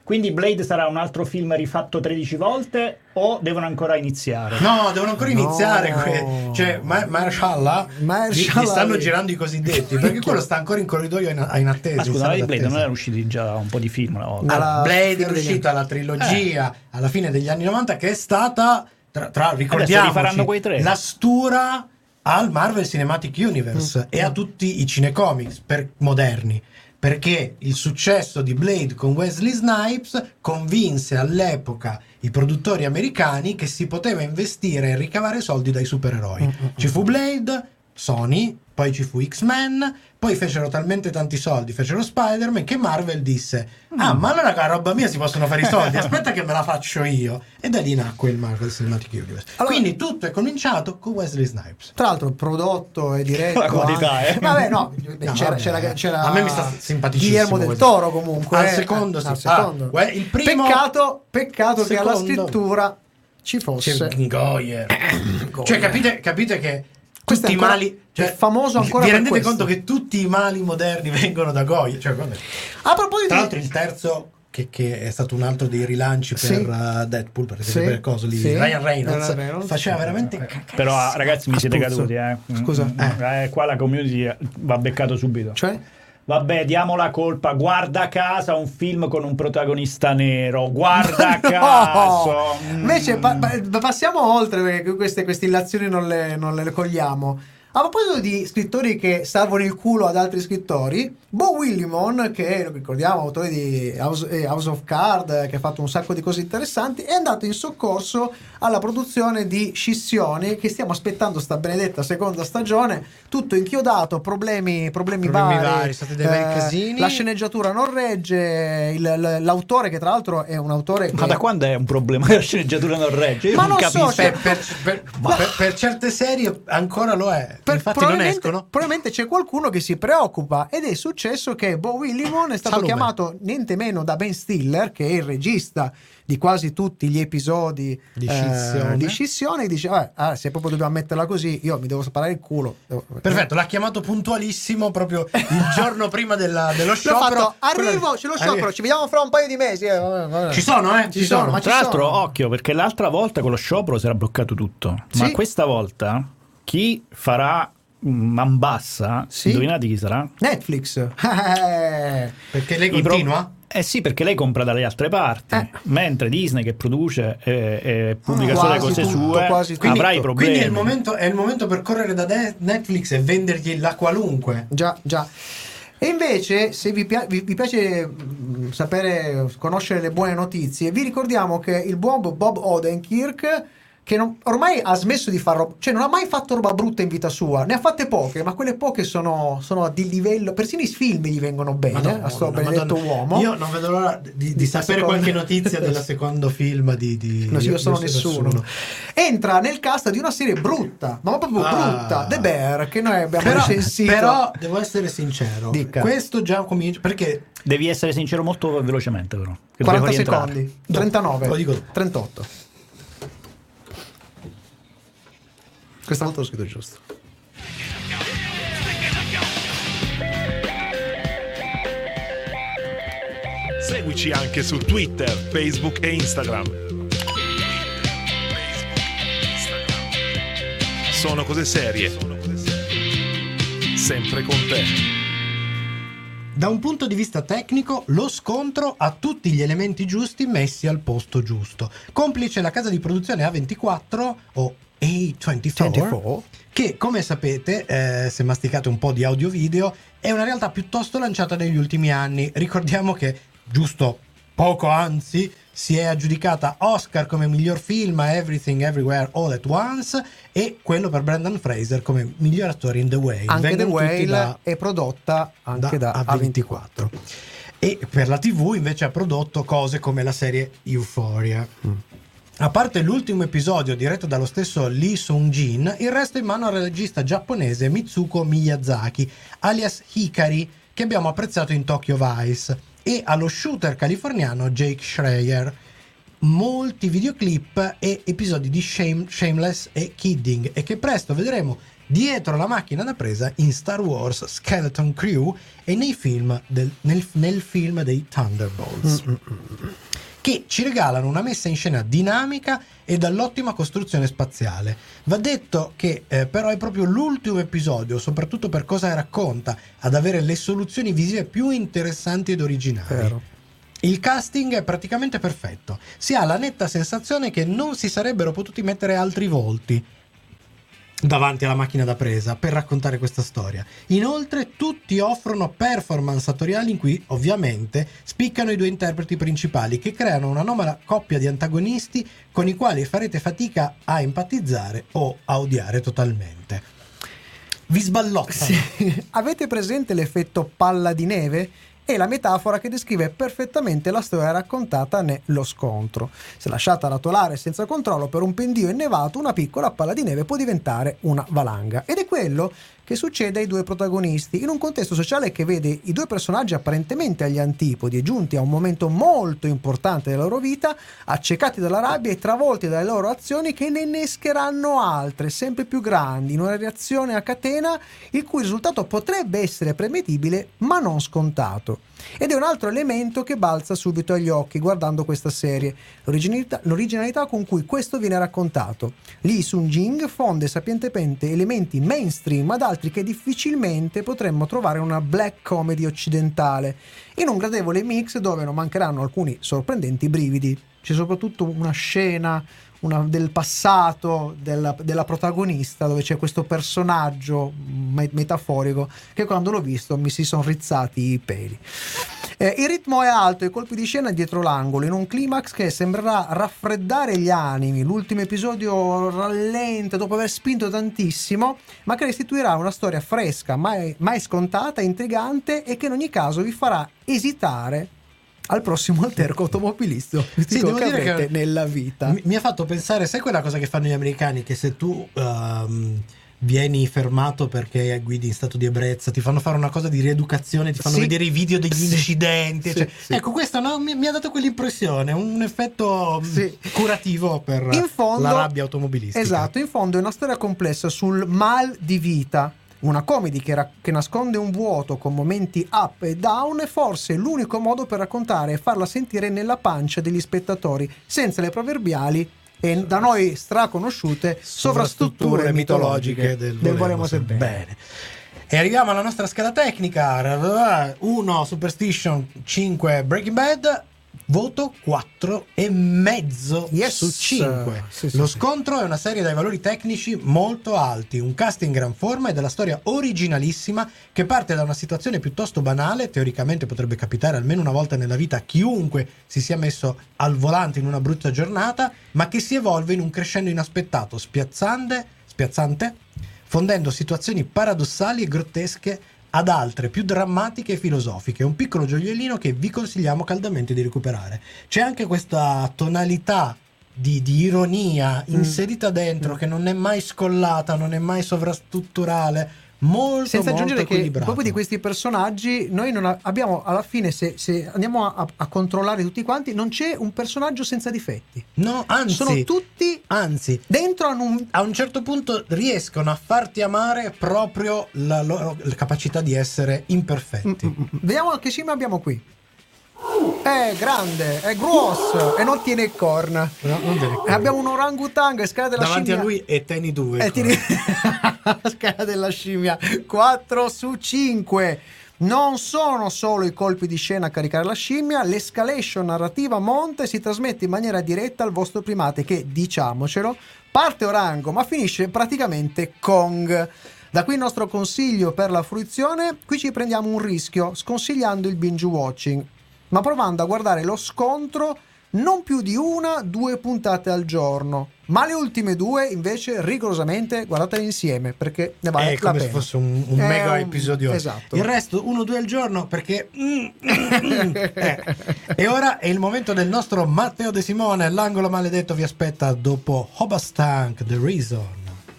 Quindi Blade sarà un altro film rifatto tredici volte o devono ancora iniziare? No, devono ancora No. iniziare. Que- cioè, Ma- Mahershala gli, Mahershala gli stanno Ali. girando i cosiddetti, perché quello sta ancora in corridoio in, in attesa. Ma in scusa, sala la di Blade non d'attesa. erano usciti già un po' di film una volta? Allora, Alla Blade fine è degli uscita la trilogia alla fine degli anni novanta, che è stata, tra, tra rifaranno ricordiamoci, quei tre. la stura al Marvel Cinematic Universe Mm. e a tutti i cinecomics per, moderni, perché il successo di Blade con Wesley Snipes convinse all'epoca i produttori americani che si poteva investire e ricavare soldi dai supereroi. Mm, Ci fu Blade, Sony, poi ci fu X-Men, poi fecero talmente tanti soldi, fecero Spider-Man, che Marvel disse: ah, ma allora con la roba mia si possono fare i soldi, aspetta che me la faccio io. E da lì nacque il Marvel Cinematic Universe. Allora- Quindi tutto è cominciato con Wesley Snipes. Tra l'altro prodotto e diretto La qualità, anche- eh. Vabbè, no, No, c'era, vabbè. c'era, c'era A me mi sta simpaticissimo Guillermo del questo. Toro comunque Al eh. secondo, sì. Al secondo. Ah, il primo- peccato, peccato che alla Secondo. scrittura ci fosse C'è Goyer. Cioè, capite, capite che Questo tutti è i ancora- mali, è famoso ancora vi per rendete questo. conto che tutti i mali moderni vengono da Goyer? Cioè, guarda. A proposito Tra di- l'altro il terzo, che, che è stato un altro dei rilanci per Sì. uh, Deadpool, per esempio, Sì. per coso lì, Sì. Ryan Reynolds, Ryan Reynolds. faceva veramente cacare. Però ah, ragazzi mi siete Astruzzo. caduti, eh. Scusa. Mm, eh, qua la community va beccato subito. cioè Vabbè, diamo la colpa. Guarda caso un film con un protagonista nero. Guarda No! caso. Mm. Invece pa- pa- passiamo oltre, perché queste, queste illazioni non le, non le cogliamo. A proposito di scrittori che salvano il culo ad altri scrittori, Bo Willimon, che lo ricordiamo, autore di House, eh, House of Cards, che ha fatto un sacco di cose interessanti, è andato in soccorso alla produzione di Scissioni, che stiamo aspettando sta benedetta seconda stagione, tutto inchiodato, problemi, problemi, Problemi vari, vari, stati dei bei casini. la sceneggiatura non regge, il- l- l'autore, che tra l'altro è un autore che... Ma da quando è un problema che la sceneggiatura non regge? Io Ma non non so, capisco. cioè, Per, per- per- per- per certe serie ancora lo è. Per- Infatti non probabilmente, escono. probabilmente c'è qualcuno che si preoccupa, ed è successo che Bo Willimon è stato Salume. chiamato niente meno da Ben Stiller, che è il regista di quasi tutti gli episodi Di eh, Scissione. di Scissione, e dice: "Vabbè, ah, se proprio dobbiamo metterla così, io mi devo separare il culo." Perfetto, l'ha chiamato puntualissimo proprio il giorno prima della- dello L'ho sciopero. fatto, arrivo, Quello- c'è lo arrivo. sciopero, ci vediamo fra un paio di mesi. eh, vabbè, vabbè. Ci sono, eh? Ci sono, ma ci Tra l'altro, sono. occhio, perché l'altra volta con lo sciopero si era bloccato tutto. Sì. Ma questa volta chi farà man bassa, Sì. indovinate chi sarà? Netflix. Eh, Perché lei I pro- continua? Eh sì, perché lei compra dalle altre parti, Eh. mentre Disney, che produce e, e pubblica Ah, solo le quasi cose tutto, sue, quasi tutto. avrà i problemi. Quindi è il, momento, è il momento per correre da de- Netflix e vendergli la qualunque. Già, già. E invece, se vi, pia- vi- vi piace mh, sapere, conoscere le buone notizie, vi ricordiamo che il buon Bob Odenkirk, che non- ormai ha smesso di fare roba, cioè non ha mai fatto roba brutta in vita sua, ne ha fatte poche, ma quelle poche sono, sono di livello, persino i film gli vengono bene, Madonna, a sto Madonna. benedetto uomo. Io non vedo l'ora di, di Di sapere seconda- qualche notizia del secondo film di, di Non si io sono di nessuno. Entra nel cast di una serie brutta, ma proprio Ah. brutta, The Bear, che noi abbiamo Però, recensito. però devo essere sincero, Dica. questo già comincia perché Devi essere sincero molto velocemente, però. che quaranta devo rientrare. secondi, No, trentanove, lo dico dopo. trentotto. Questa volta l'ho scritto giusto. Seguici anche su Twitter, Facebook e Instagram. Sono cose serie. Sempre con te. da un punto di vista tecnico lo scontro ha tutti gli elementi giusti messi al posto giusto. Complice la casa di produzione A ventiquattro o A ventiquattro, ventiquattro. che come sapete, eh, se masticate un po' di audio video, è una realtà piuttosto lanciata negli ultimi anni. Ricordiamo che giusto poco anzi si è aggiudicata Oscar come miglior film a Everything Everywhere All at Once e quello per Brendan Fraser come miglior attore in The Whale. Anche The Vengono tutti Whale da- è prodotta anche da, da A ventiquattro. e per la tivù invece ha prodotto cose come la serie Euphoria. A parte l'ultimo episodio diretto dallo stesso Lee Sung-jin, il resto è in mano al regista giapponese Mitsuko Miyazaki, alias Hikari, che abbiamo apprezzato in Tokyo Vice, e allo shooter californiano Jake Schreier. Molti videoclip e episodi di Shame, Shameless e Kidding, e che presto vedremo dietro la macchina da presa in Star Wars Skeleton Crew e nei film del, nel, nel film dei Thunderbolts, Mm-mm. che ci regalano una messa in scena dinamica e dall'ottima costruzione spaziale. Va detto che eh, però è proprio l'ultimo episodio, soprattutto per cosa racconta, ad avere le soluzioni visive più interessanti ed originali. Vero. Il casting è praticamente perfetto. Si ha la netta sensazione che non si sarebbero potuti mettere altri volti davanti alla macchina da presa per raccontare questa storia. Inoltre tutti offrono performance attoriali in cui ovviamente spiccano i due interpreti principali, che creano un'anomala coppia di antagonisti con i quali farete fatica a empatizzare o a odiare totalmente. Vi sballottano. Sì. Avete presente l'effetto palla di neve? È la metafora che descrive perfettamente la storia raccontata nello scontro. Se lasciata rotolare senza controllo per un pendio innevato, una piccola palla di neve può diventare una valanga. Ed è quello che succede ai due protagonisti, in un contesto sociale che vede i due personaggi apparentemente agli antipodi e giunti a un momento molto importante della loro vita, accecati dalla rabbia e travolti dalle loro azioni che ne innescheranno altre, sempre più grandi, in una reazione a catena il cui risultato potrebbe essere prevedibile ma non scontato. Ed è un altro elemento che balza subito agli occhi guardando questa serie, l'originalità, l'originalità con cui questo viene raccontato. Lee Sung-jing fonde sapientemente elementi mainstream ad altri che difficilmente potremmo trovare in una black comedy occidentale, in un gradevole mix dove non mancheranno alcuni sorprendenti brividi. C'è soprattutto una scena una, del passato della, della protagonista, dove c'è questo personaggio me- metaforico che quando l'ho visto mi si sono rizzati i peli. Eh, il ritmo è alto e i colpi di scena dietro l'angolo, in un climax che sembrerà raffreddare gli animi. L'ultimo episodio rallenta dopo aver spinto tantissimo, ma che restituirà una storia fresca, mai, mai scontata, intrigante e che in ogni caso vi farà esitare al prossimo alterco automobilistico sì, devo che dire avrete che nella vita. Mi, mi ha fatto pensare, sai quella cosa che fanno gli americani, che se tu um, vieni fermato perché guidi in stato di ebbrezza, ti fanno fare una cosa di rieducazione, ti fanno sì. vedere i video degli sì. incidenti, sì, cioè, sì. ecco, questo no, mi, mi ha dato quell'impressione, un effetto sì. curativo per in fondo, la rabbia automobilistica. Esatto, in fondo è una storia complessa sul mal di vita, una comedy che, ra- che nasconde un vuoto con momenti up e down, è forse l'unico modo per raccontare e farla sentire nella pancia degli spettatori, senza le proverbiali e da noi straconosciute sovrastrutture mitologiche del, del Volemo se bene. bene. E arriviamo alla nostra scala tecnica. uno Superstition, cinque Breaking Bad. Voto quattro e mezzo yes. su cinque. Sì, sì, Lo sì. scontro è una serie dai valori tecnici molto alti, un cast in gran forma e della storia originalissima che parte da una situazione piuttosto banale, teoricamente potrebbe capitare almeno una volta nella vita a chiunque si sia messo al volante in una brutta giornata, ma che si evolve in un crescendo inaspettato, spiazzante, spiazzante, fondendo situazioni paradossali e grottesche ad altre più drammatiche e filosofiche, un piccolo gioiellino che vi consigliamo caldamente di recuperare. C'è anche questa tonalità di, di ironia inserita dentro, mm. che non è mai scollata, non è mai sovrastrutturale, molto senza molto aggiungere che equilibrato. proprio di questi personaggi noi non a- abbiamo alla fine, se, se andiamo a, a controllare tutti quanti, non c'è un personaggio senza difetti. No, anzi, sono tutti anzi dentro hanno un... a un certo punto riescono a farti amare proprio la loro la capacità di essere imperfetti. Mm-mm. Vediamo che cima abbiamo qui. È grande, è grosso e non tiene corna. No, non deve E abbiamo un orangutang, scala della davanti scimmia. a lui e Teni due. E tieni... scala della scimmia quattro su cinque. Non sono solo i colpi di scena a caricare la scimmia, l'escalation narrativa monta e si trasmette in maniera diretta al vostro primate che, diciamocelo, parte orango ma finisce praticamente Kong. Da qui il nostro consiglio per la fruizione: qui ci prendiamo un rischio sconsigliando il binge watching, ma provando a guardare lo scontro non più di una, due puntate al giorno, ma le ultime due invece rigorosamente guardatele insieme perché ne vale è la come pena. se fosse un, un È mega un- episodio. esatto. Il resto uno o due al giorno perché mm, mm, mm, eh. E ora è il momento del nostro Matteo De Simone. L'angolo maledetto vi aspetta dopo Hobastank The Reason.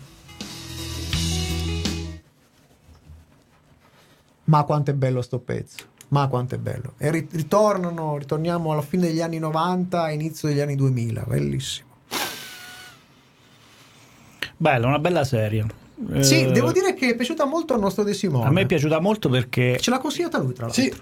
Ma quanto è bello sto pezzo, ma quanto è bello. E ri- ritornano, ritorniamo alla fine degli anni novanta, inizio degli anni duemila, bellissimo. Bella, una bella serie. Sì, Eh, devo dire che è piaciuta molto al nostro De Simone. a me è piaciuta molto perché Ce l'ha consigliata lui, tra l'altro. Sì.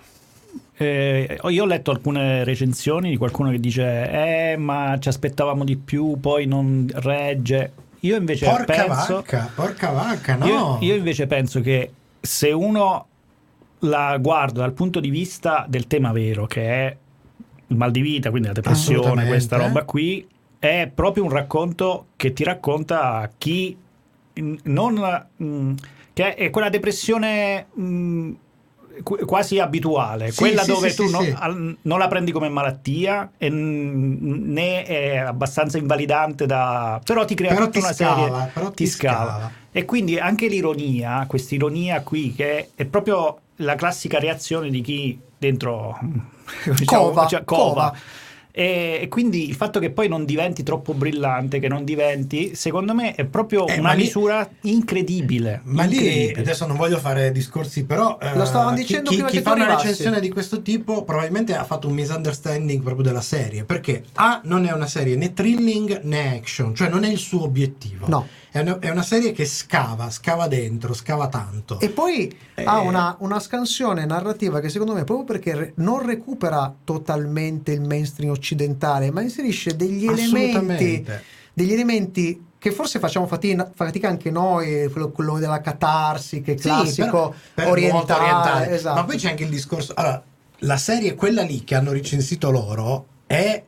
eh, io ho letto alcune recensioni di qualcuno che dice eh ma ci aspettavamo di più, poi non regge. Io invece Porca penso vacca, porca vacca, no. io, io invece penso che se uno la guarda dal punto di vista del tema vero, che è il mal di vita, quindi la depressione, Assolutamente. questa roba qui, è proprio un racconto che ti racconta a chi mh, non mh, che è quella depressione mh, qu- quasi abituale, Sì, quella sì, dove sì, tu sì, non, sì. al- non la prendi come malattia e n- né è abbastanza invalidante da però ti crea Però tutta ti una scava, serie però ti ti scava. scava. E quindi anche l'ironia, questa ironia qui, che è proprio la classica reazione di chi dentro diciamo, Cova, cioè, cova. cova. E, e quindi il fatto che poi non diventi troppo brillante, che non diventi, secondo me è proprio Eh, una ma lì- misura incredibile. Ma lì incredibile. adesso non voglio fare discorsi, però eh, Lo stavamo chi- dicendo chi, prima chi che fa tu una arrivassi. recensione di questo tipo probabilmente ha fatto un misunderstanding proprio della serie, perché A non è una serie né thrilling né action, cioè non è il suo obiettivo. No. È una, è una serie che scava, scava dentro, scava tanto. E poi Eh. ha una, una scansione narrativa che secondo me, proprio perché re- non recupera totalmente il mainstream occidentale, ma inserisce degli elementi, Assolutamente. degli elementi che forse facciamo fatina- fatica anche noi, quello, quello della catarsi, che è Sì, classico però- però orientale, molto orientale. esatto. Ma poi c'è anche il discorso. Allora, la serie, quella lì che hanno recensito loro, è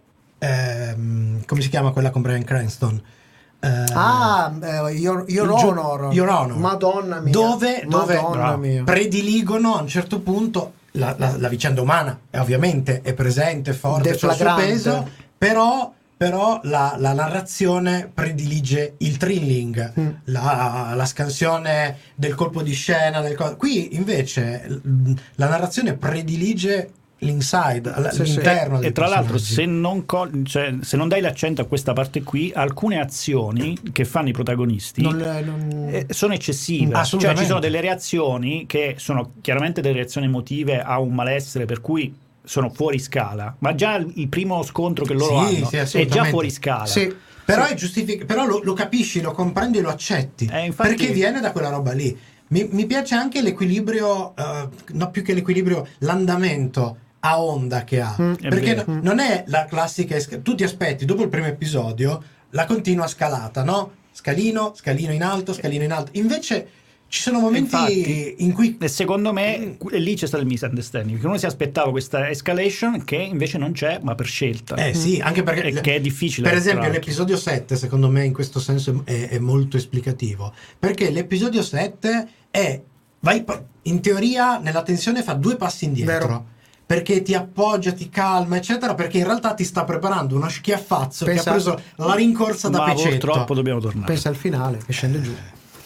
ehm, come si chiama quella con Bryan Cranston? Eh, Ah, eh, Your, Your il gio- Honor. Your Honor. Madonna mia. Dove, dove Madonna mia. prediligono a un certo punto la, la- la vicenda umana, è ovviamente è presente, forte, c'ha il suo Deflagrante. peso, però, però la, la narrazione predilige il thrilling, Mm. la, la scansione del colpo di scena. Del co- Qui invece l- la narrazione predilige l'inside, l- Sì, sì. l'interno. E dei tra l'altro, personaggi. se non, col- cioè, se non dai l'accento a questa parte qui, alcune azioni che fanno i protagonisti Non le- non- eh, sono eccessive. Cioè, Assolutamente. ci sono delle reazioni che sono chiaramente delle reazioni emotive a un malessere, per cui sono fuori scala. Ma già il il primo scontro che loro Sì, hanno sì, è già assolutamente. fuori scala. Sì. Però Sì. è giustific- però lo, lo capisci, lo comprendi e lo accetti, Eh, infatti- perché viene da quella roba lì. Mi, mi piace anche l'equilibrio, eh, no, più che l'equilibrio, l'andamento a onda che ha, Mm, è perché vero. no- non è la classica esca- tu ti aspetti dopo il primo episodio la continua scalata, no? Scalino, scalino in alto, scalino in alto. Invece ci sono momenti Infatti. in cui E secondo me e lì c'è stato il misunderstanding, perché uno si aspettava questa escalation che invece non c'è, ma per scelta. Eh sì, anche perché E che è difficile. Per tra esempio, l'altro. l'episodio sette, secondo me, in questo senso è, è molto esplicativo. Perché l'episodio sette è. Vai, pa- in teoria, nella tensione fa due passi indietro. Vero. Perché ti appoggia, ti calma, eccetera. Perché in realtà ti sta preparando uno schiaffazzo Pensa- che ha preso la rincorsa da Ma pecetto. purtroppo dobbiamo tornare. Pensa al finale che scende giù.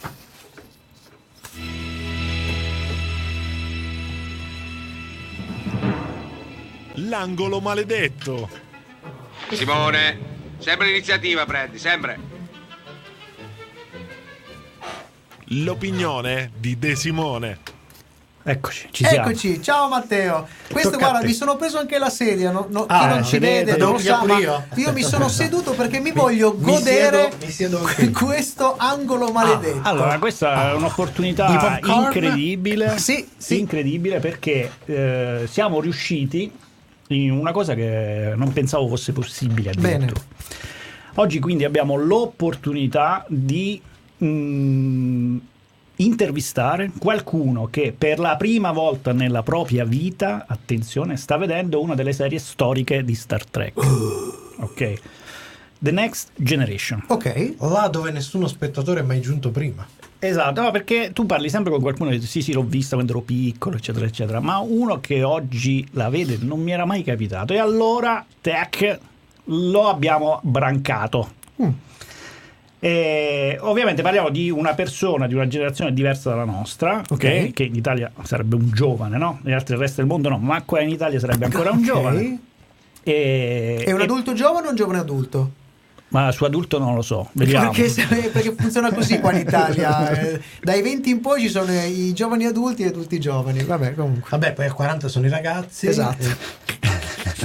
L'angolo maledetto. Simone, sempre l'iniziativa prendi, sempre. L'opinione di De Simone. Eccoci, ci siamo. Eccoci, ciao Matteo. Questo, Tocca a guarda, te. mi sono preso anche la sedia. No, no, Ah, chi non eh, ci si vede, vede, non devo lo sa, pigliarlo ma io? io mi sono seduto perché mi voglio mi godere siedo- mi siedo anche. questo angolo maledetto. Allora, questa è I un'opportunità popcorn? incredibile. Sì, sì. Incredibile perché eh, siamo riusciti in una cosa che non pensavo fosse possibile. Bene. addirittura. Oggi quindi abbiamo l'opportunità di mm, intervistare qualcuno che per la prima volta nella propria vita, attenzione, sta vedendo una delle serie storiche di Star Trek. Ok. The Next Generation. Ok. Là dove nessuno spettatore è mai giunto prima. Esatto, no, perché tu parli sempre con qualcuno che dice sì sì l'ho vista quando ero piccolo eccetera eccetera, ma uno che oggi la vede non mi era mai capitato, e allora tac, lo abbiamo brancato. Mm. E ovviamente parliamo di una persona di una generazione diversa dalla nostra, Ok. ok, che in Italia sarebbe un giovane, no? Negli altri resti del mondo no, ma qua in Italia sarebbe ancora un Ok. giovane. E, È un e- adulto giovane o un giovane adulto? ma su adulto non lo so, vediamo. Perché, se- perché funziona così qua in Italia. Eh, dai venti in poi ci sono i giovani adulti e adulti giovani. Vabbè, comunque. Vabbè, poi a quaranta sono i ragazzi. Esatto. Eh,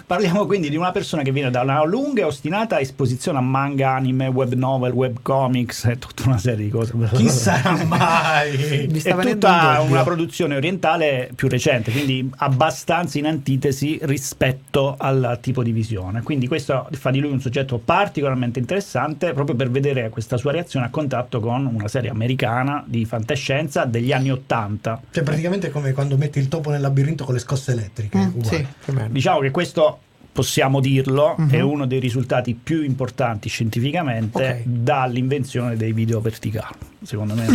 Parliamo quindi di una persona che viene da una lunga e ostinata esposizione a manga, anime, web novel, web comics e tutta una serie di cose. Chi sarà mai? Mi sta È venendo tutta un dubbio. una produzione orientale più recente, quindi abbastanza in antitesi rispetto al tipo di visione. Quindi questo fa di lui un soggetto particolarmente interessante, proprio per vedere questa sua reazione a contatto con una serie americana di fantascienza degli anni ottanta. Cioè praticamente come quando metti il topo nel labirinto con le scosse elettriche. Mm, uguale. sì, più o meno. Diciamo che questo, possiamo dirlo, Mhm. è uno dei risultati più importanti scientificamente Ok. dall'invenzione dei video verticali, secondo me.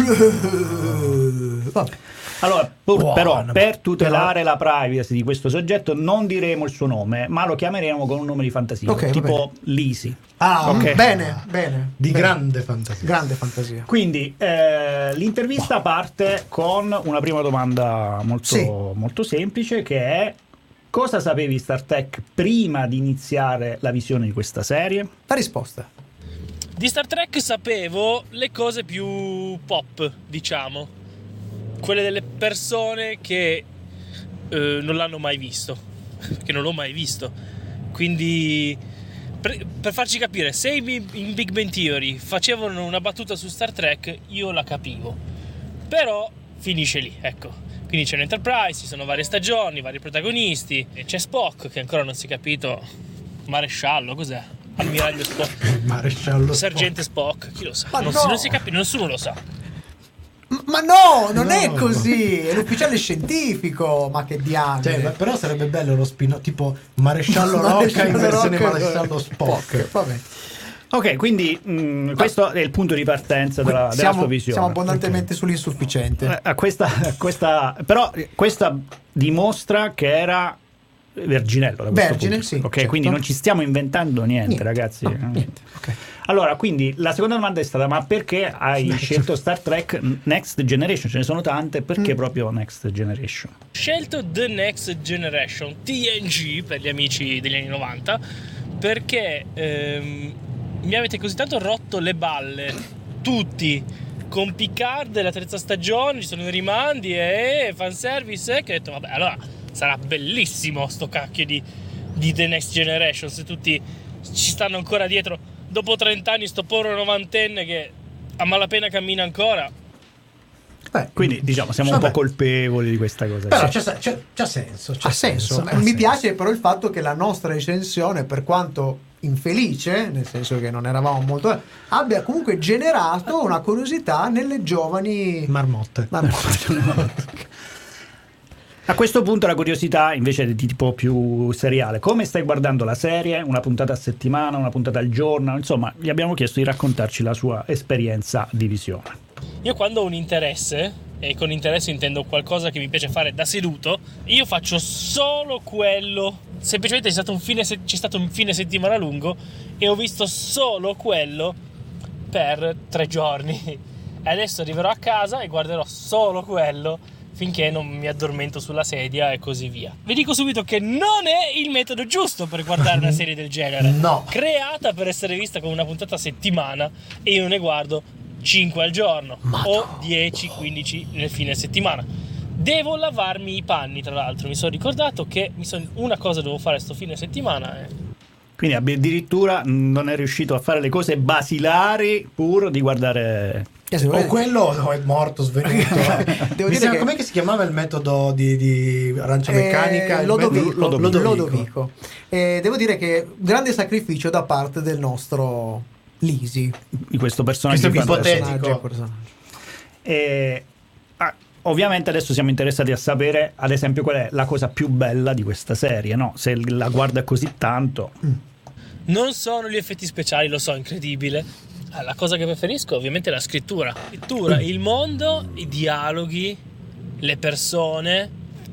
Vabbè. Allora, pur- Buono, però, ma- per tutelare la privacy di questo soggetto non diremo il suo nome, ma lo chiameremo con un nome di fantasia, Ok, va tipo Lisi. Ah, Ok. Bene, bene. di bene. grande fantasia. Grande fantasia. Quindi eh, l'intervista parte con una prima domanda molto, Sì. molto semplice, che è: cosa sapevi di Star Trek prima di iniziare la visione di questa serie? La risposta. Di Star Trek sapevo le cose più pop, diciamo, quelle delle persone che eh, non l'hanno mai visto, che non l'ho mai visto. Quindi, per, per farci capire, se in, in Big Bang Theory facevano una battuta su Star Trek, io la capivo. Però finisce lì, ecco. Quindi c'è l'Enterprise, ci sono varie stagioni, vari protagonisti, e c'è Spock, che ancora non si è capito, maresciallo, cos'è? Ammiraglio Spock. Maresciallo Sergente Spock, chi lo sa? Ma non, no! si, non si capisce, nessuno lo sa. M- Ma no, non No. è così. È l'ufficiale scientifico. Ma che diamine. Cioè, ma- però sarebbe bello lo spin tipo Maresciallo Rocca in Maresciallo versione Rocca- Maresciallo Spock. Vabbè. Ok, quindi mh, questo è il punto di partenza della, della siamo, sua visione. siamo abbondantemente sull'insufficiente. Eh, a questa, a questa, però eh, questa dimostra che era verginello da questo Vergine, punto. sì, Ok, certo. quindi non ci stiamo inventando niente, Niente, ragazzi. no, Eh. niente. Ok. Allora, quindi la seconda domanda è stata: ma perché hai scelto Star Trek Next Generation? Ce ne sono tante, perché Mm. proprio Next Generation? Scelto The Next Generation, T N G per gli amici degli anni novanta, perché ehm, mi avete così tanto rotto le balle tutti con Picard della terza stagione, ci sono i rimandi e fanservice, eh, che ho detto vabbè, allora sarà bellissimo sto cacchio di, di The Next Generation, se tutti ci stanno ancora dietro dopo trenta anni, sto povero novantenne che a malapena cammina ancora. Beh, Quindi diciamo siamo Vabbè. un po' colpevoli di questa cosa. Però Sì. c'è, c'è, c'ha senso. c'ha ha senso. ha Mi senso. piace però il fatto che la nostra recensione, per quanto infelice, nel senso che non eravamo molto, abbia comunque generato una curiosità nelle giovani Marmotte. Marmotte. A questo punto la curiosità invece è di tipo più seriale. Come stai guardando la serie? Una puntata a settimana, una puntata al giorno? Insomma, gli abbiamo chiesto di raccontarci la sua esperienza di visione. Io quando ho un interesse, e con interesse intendo qualcosa che mi piace fare da seduto, io faccio solo quello. Semplicemente c'è stato un fine, se- c'è stato un fine settimana lungo e ho visto solo quello per tre giorni. E adesso arriverò a casa e guarderò solo quello finché non mi addormento sulla sedia e così via. Vi dico subito che non è il metodo giusto per guardare una serie del genere. No. Creata per essere vista con una puntata a settimana e io ne guardo cinque al giorno o dieci quindici nel fine settimana. Devo lavarmi i panni, tra l'altro. Mi sono ricordato che mi son... una cosa devo fare sto fine settimana è... Quindi addirittura non è riuscito a fare le cose basilari pur di guardare. Eh, se O volete- quello o è morto, svenuto. Devo Mi dire sembra- che- com'è che si chiamava il metodo di, di arancia meccanica? Eh, Il Lodovico, metodo- Lodovico. Lodovico. Lodovico. Eh, devo dire che grande sacrificio da parte del nostro Lisi. Di questo personaggio Questo è fantastico. ipotetico. Personaggio, personaggio. E, ah, ovviamente adesso siamo interessati a sapere, ad esempio, qual è la cosa più bella di questa serie, no? Se la guarda così tanto. Non sono gli effetti speciali, lo so, incredibile. Ah, la cosa che preferisco ovviamente è la scrittura. Scrittura, il mondo, i dialoghi, le persone,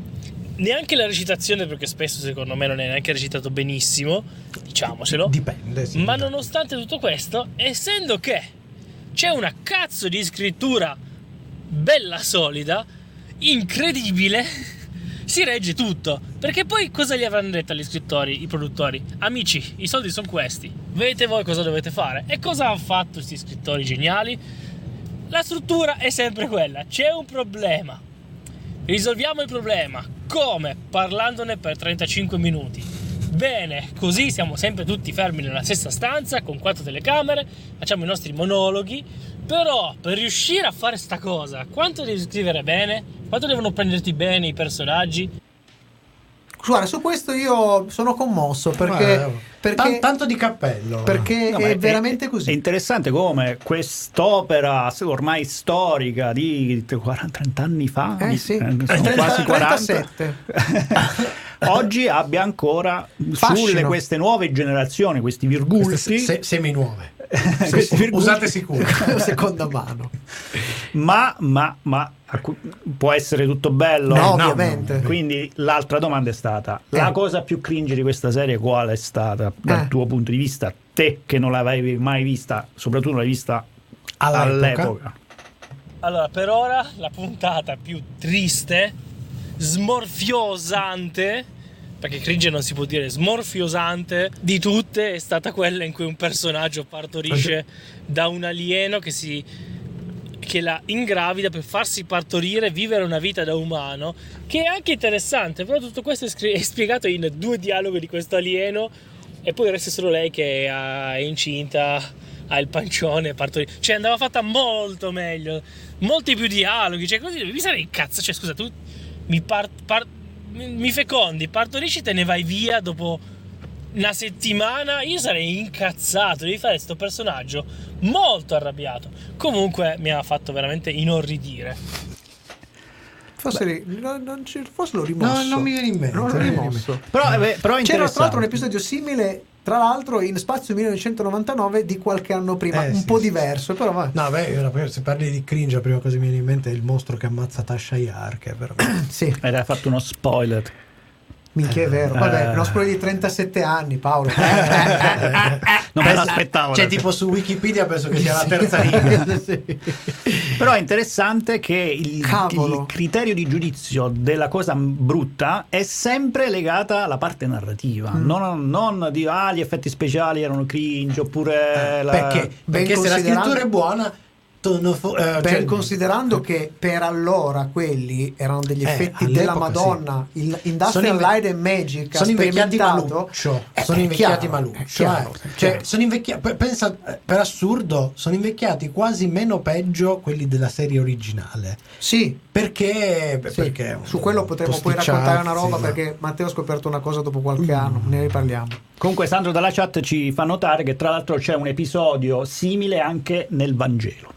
neanche la recitazione, perché spesso secondo me non è neanche recitato benissimo, diciamocelo. Dipende, sì. Ma nonostante tutto questo, essendo che c'è una cazzo di scrittura bella solida, incredibile, si regge tutto. Perché poi cosa gli avranno detto agli scrittori, i produttori? Amici, i soldi sono questi, vedete voi cosa dovete fare. E cosa hanno fatto questi scrittori geniali? La struttura è sempre quella, c'è un problema, risolviamo il problema. Come? Parlandone per trentacinque minuti. Bene, così siamo sempre tutti fermi nella stessa stanza con quattro telecamere, facciamo i nostri monologhi. Però per riuscire a fare sta cosa, quanto devi scrivere bene? Quanto devono prenderti bene i personaggi? Guarda, su questo io sono commosso perché, Guarda, perché tan- tanto di cappello. perché No, ma è veramente così. È interessante come quest'opera ormai storica di quaranta trenta anni fa, Eh di- sì, sono trenta quasi quaranta, trentasette. oggi abbia ancora Fascino. sulle queste nuove generazioni, questi virgulti, Queste se- semi nuove. questi virgulti- Usate sicuro. Seconda mano. ma, ma, ma a cu- può essere tutto bello? No, no, ovviamente. no. Quindi l'altra domanda è stata: la Eh. cosa più cringe di questa serie qual è stata dal Eh. tuo punto di vista? Te che non l'avevi mai vista, soprattutto l'hai vista All'epoca. all'epoca. Allora, per ora la puntata più triste, smorfiosante, perché cringe non si può dire, smorfiosante di tutte è stata quella in cui un personaggio partorisce da un alieno che si che la ingravida per farsi partorire, vivere una vita da umano, che è anche interessante, però tutto questo è, scri- è spiegato in due dialoghi di questo alieno e poi resta solo lei che ha- è incinta, ha il pancione, partorire. Cioè andava fatta molto meglio, molti più dialoghi, cioè così mi sarei incazzo, cioè scusa, tu mi par- par- mi mi fecondi, partorisci, te ne vai via dopo una settimana, io sarei incazzato, devi fare questo personaggio molto arrabbiato. Comunque mi ha fatto veramente inorridire. Forse, ri- no, non ci- forse l'ho rimosso. No, non mi viene in mente. Non l'ho non mi viene in rimosso. Però, eh, beh, però è C'era tra l'altro un interessante. episodio simile, tra l'altro in Spazio millenovecentonovantanove di qualche anno prima, Eh, un sì, po' sì, diverso, però va. No, beh, ora, se parli di cringe, la prima cosa che mi viene in mente è il mostro che ammazza Tasha Yar, che è veramente... Sì, Ed hai fatto uno spoiler. minchia è vero. Vabbè, Eh. uno spoiler di trentasette anni, Paolo. Non me l'aspettavo. Cioè, tipo su Wikipedia penso che sia la terza riga. Sì. Però è interessante che il, Cavolo. il criterio di giudizio della cosa brutta è sempre legata alla parte narrativa, Mm. non, non di ah, gli effetti speciali erano cringe oppure la- Perché? Ben Perché se la considerando- scrittura è buona, torno fu- eh, Ben cioè- considerando che per allora quelli erano degli Eh, effetti all'epoca della Madonna, il Sono Industrial inve- Light and Magic ha sono invecchiati sperimentato- maluccio. Eh, sono è invecchiati chiaro, maluccio. è chiaro, eh. è Cioè, chiaro. sono invecchiati. Pensa, eh, per assurdo, sono invecchiati quasi meno peggio quelli della serie originale. Sì, Perché? sì. perché Su quello potremmo poi posticciarsi, raccontare una roba ma- perché Matteo ha scoperto una cosa dopo qualche anno, ne riparliamo. Comunque Sandro dalla chat ci fa notare che tra l'altro c'è un episodio simile anche nel Vangelo.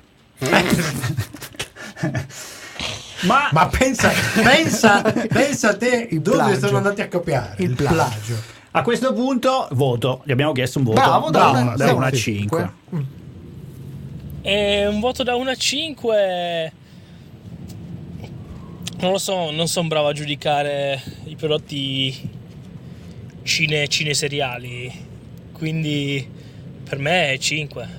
Ma, Ma pensa, pensa, pensa a te Il dove plagio. sono andati a copiare Il il plagio. plagio. a questo punto voto, gli abbiamo chiesto un voto Bravo, da da una, una- da da una a una cinque. Mm. E un voto da uno a cinque. Non lo so, non sono bravo a giudicare i prodotti cine, cineseriali. Quindi per me è cinque.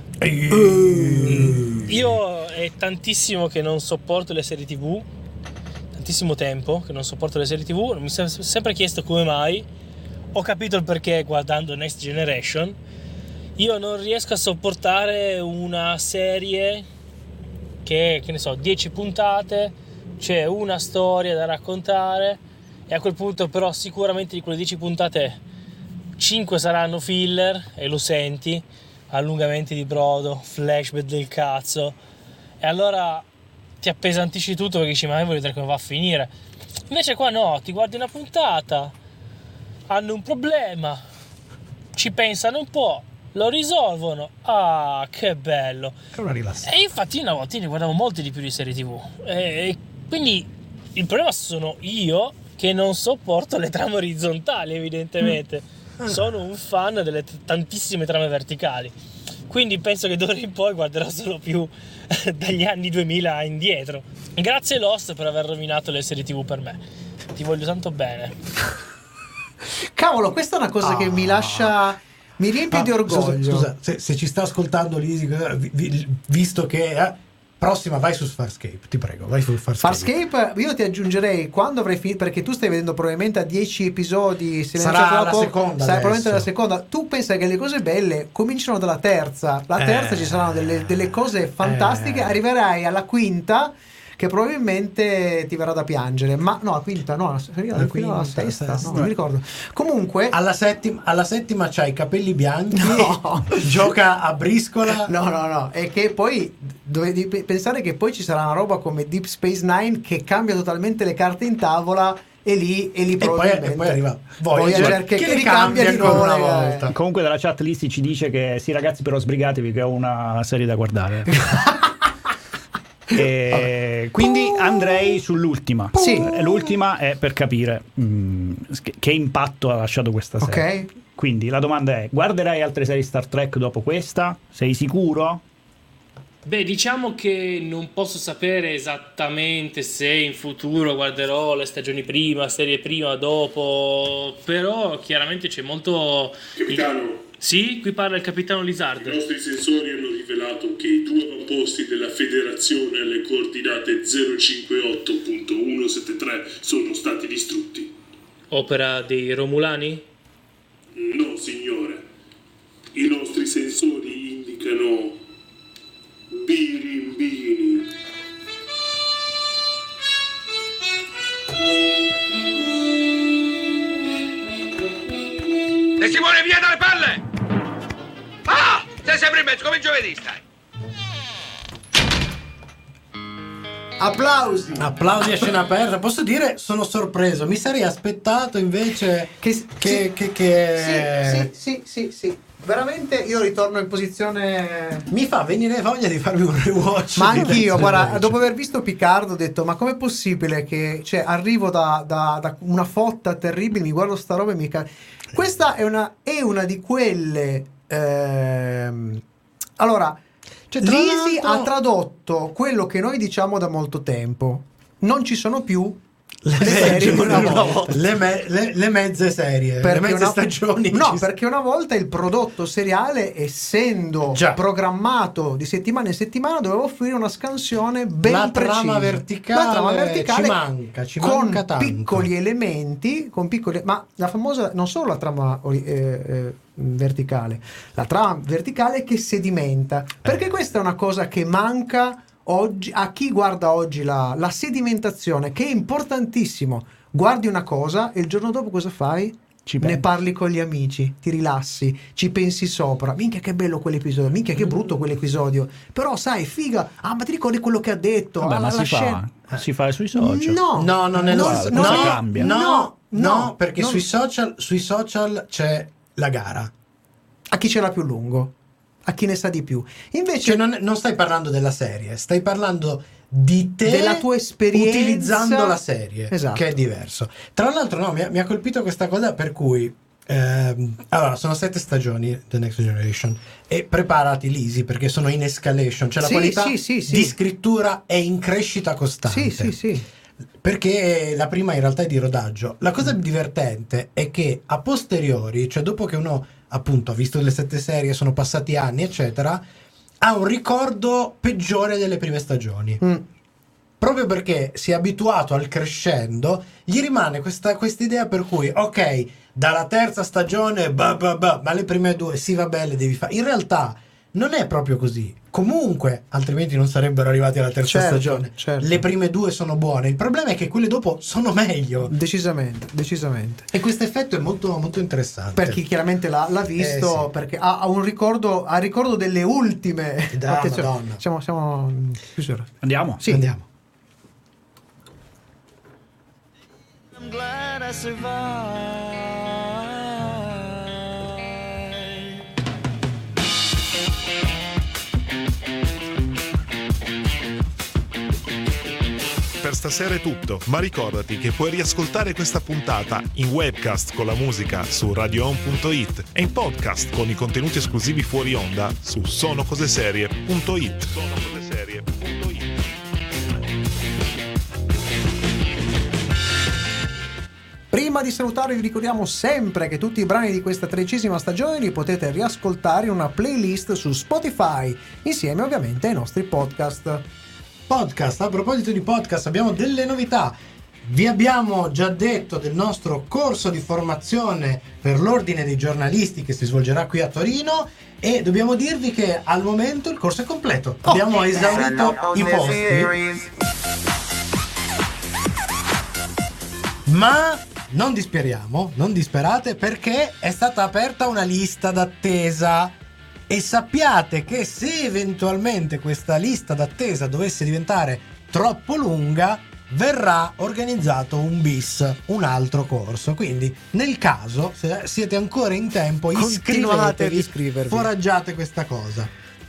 Io è tantissimo che non sopporto le serie tv. Tantissimo tempo che non sopporto le serie tv. Mi sono sempre chiesto come mai. Ho capito il perché guardando Next Generation. Io non riesco a sopportare una serie che, che ne so, dieci puntate, c'è una storia da raccontare e a quel punto però sicuramente di quelle dieci puntate cinque saranno filler e lo senti, allungamenti di brodo, flashback del cazzo, e allora ti appesantisci tutto perché dici ma io voglio vedere come va a finire. Invece qua no, ti guardi una puntata, hanno un problema, ci pensano un po', lo risolvono, ah che bello. È una rilassata. E infatti una volta ne guardavo molti di più di serie tv, e quindi il problema sono io che non sopporto le trame orizzontali, evidentemente. Sono un fan delle t- tantissime trame verticali, quindi penso che d'ora in poi guarderò solo più dagli anni duemila indietro. Grazie Lost per aver rovinato le serie tv per me, ti voglio tanto bene. Cavolo, questa è una cosa che mi lascia, mi riempie Ah, di orgoglio. Scusa, scusa, se, se ci sta ascoltando Lisi, vi- vi- visto che eh, prossima vai su Farscape, ti prego, vai su Farscape. Farscape, io ti aggiungerei quando avrai finito, perché tu stai vedendo probabilmente a dieci episodi, se ne Sarà c'è la troppo, seconda sarà probabilmente adesso. la seconda. Tu pensa che le cose belle cominciano dalla terza, la terza Eh. ci saranno delle, delle cose fantastiche, Eh. arriverai alla quinta che probabilmente ti verrà da piangere. Ma no, la quinta, no, la, la, fino alla sesta, sesta. No, non mi ricordo. Comunque alla settima, alla settima c'ha i capelli bianchi, no. Gioca a briscola. No, no, no, e che poi dovevi pensare che poi ci sarà una roba come Deep Space Nine che cambia totalmente le carte in tavola. E lì, e lì e probabilmente poi, e poi arriva Voyager, Voyager che, che, che ricambia di nuovo una volta. Comunque dalla chat Listi ci dice che sì ragazzi, però sbrigatevi che è una serie da guardare. E quindi andrei sull'ultima. Sì. L'ultima è per capire mh, che impatto ha lasciato questa serie. Ok. Quindi la domanda è: guarderai altre serie Star Trek dopo questa? Sei sicuro? Beh, diciamo che non posso sapere esattamente se in futuro guarderò le stagioni prima, serie prima, dopo, però chiaramente c'è molto... Capitano? Sì, qui parla il capitano Lizard. I nostri sensori hanno rivelato che i due avamposti della Federazione alle coordinate zero cinquantotto punto centosettantatré sono stati distrutti. Opera dei Romulani? No, signore. I nostri sensori indicano... birimbini. E Simone, via dalle palle! Ah! Sei sempre in mezzo, come giovedì stai. Applausi. Applausi a scena aperta. Posso dire, sono sorpreso. Mi sarei aspettato invece che che, sì, che, che... Sì, sì, sì, sì, sì. Veramente io ritorno in posizione. Mi fa venire voglia di farmi un rewatch. Ma anch'io, guarda, dopo aver visto Picard ho detto: ma com'è possibile che, cioè, arrivo da, da, da una fotta terribile, mi guardo sta roba e mi ca... Questa è una, è una di quelle. Ehm... Allora, cioè, Lisi ha tradotto quello che noi diciamo da molto tempo. Non ci sono più le, le serie di una volta, volta. Le, me, le, le mezze serie, perché le mezze una, stagioni. No, perché una volta il prodotto seriale, essendo Già. programmato di settimana in settimana, doveva offrire una scansione ben la precisa. Trama verticale, la trama verticale ci manca, ci con manca tanto. piccoli elementi, con piccoli, ma la famosa, non solo la trama eh, eh, verticale, la trama verticale che sedimenta, perché eh. questa è una cosa che manca oggi a chi guarda oggi la, la sedimentazione, che è importantissimo. Guardi una cosa e il giorno dopo cosa fai? Ci ne parli con gli amici, ti rilassi, ci pensi sopra. Minchia che bello quell'episodio, minchia che brutto quell'episodio. Però sai, figa, ah ma ti ricordi quello che ha detto? Vabbè, ah, ma la, si, la fa, scena... si fa sui social. No, no, non è no, lo no, cosa no, cambia. No, no, no, no perché non... sui social, sui social c'è la gara. A chi ce l'ha più lungo? A chi ne sa di più. Invece cioè, non, non stai parlando della serie, stai parlando di te, della tua esperienza utilizzando la serie, esatto. che è diverso. Tra l'altro no, mi ha, mi ha colpito questa cosa per cui ehm, allora sono sette stagioni The Next Generation e preparati Lisi perché sono in escalation, cioè la sì, qualità sì, sì, sì. di scrittura è in crescita costante. Sì, sì, sì. Perché la prima in realtà è di rodaggio. La cosa divertente è che a posteriori, cioè dopo che uno appunto ha visto le sette serie, sono passati anni eccetera, ha un ricordo peggiore delle prime stagioni. Mm. Proprio perché si è abituato al crescendo, gli rimane questa idea per cui ok, dalla terza stagione bah, bah, bah, ma le prime due sì vabbè le devi fare. In realtà non è proprio così. Comunque, altrimenti non sarebbero arrivati alla terza certo, stagione. Certo. Le prime due sono buone. Il problema è che quelle dopo sono meglio. Decisamente, decisamente. E questo effetto è molto, molto interessante. Per chi chiaramente l'ha, l'ha visto, eh, sì. perché ha, ha un ricordo, ha ricordo delle ultime. Da, Madonna. Siamo, siamo chiusura. Andiamo? Sì. Andiamo. I'm glad I survived. Per stasera è tutto, ma ricordati che puoi riascoltare questa puntata in webcast con la musica su radio on punto it e in podcast con i contenuti esclusivi fuori onda su sono cose serie punto it. Sono cose serie punto it. Prima di salutarvi vi ricordiamo sempre che tutti i brani di questa tredicesima stagione li potete riascoltare in una playlist su Spotify, insieme ovviamente ai nostri podcast. Podcast, a proposito di podcast abbiamo delle novità. Vi abbiamo già detto del nostro corso di formazione per l'ordine dei giornalisti che si svolgerà qui a Torino e dobbiamo dirvi che al momento il corso è completo. Abbiamo oh, esaurito i posti. Ma non disperiamo, non disperate, perché è stata aperta una lista d'attesa. E sappiate che se eventualmente questa lista d'attesa dovesse diventare troppo lunga, verrà organizzato un bis, un altro corso. Quindi nel caso, se siete ancora in tempo, continuate ad iscrivetevi, iscrivervi, foraggiate questa cosa.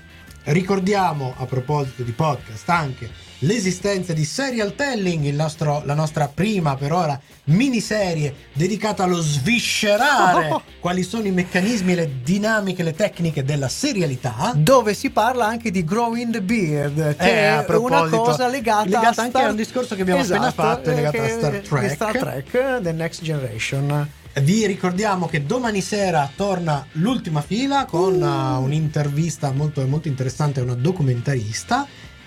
Ricordiamo, a proposito di podcast, anche l'esistenza di Serial Telling, il nostro, la nostra prima per ora miniserie dedicata allo sviscerare oh. quali sono i meccanismi, le dinamiche, le tecniche della serialità, dove si parla anche di growing the beard, che eh, è una cosa legata, legata a anche Star... a un discorso che abbiamo esatto, appena fatto, è legato che... a Star Trek. Star Trek The Next Generation. Vi ricordiamo che domani sera torna l'ultima fila con uh. uh, un'intervista molto, molto interessante a una documentarista.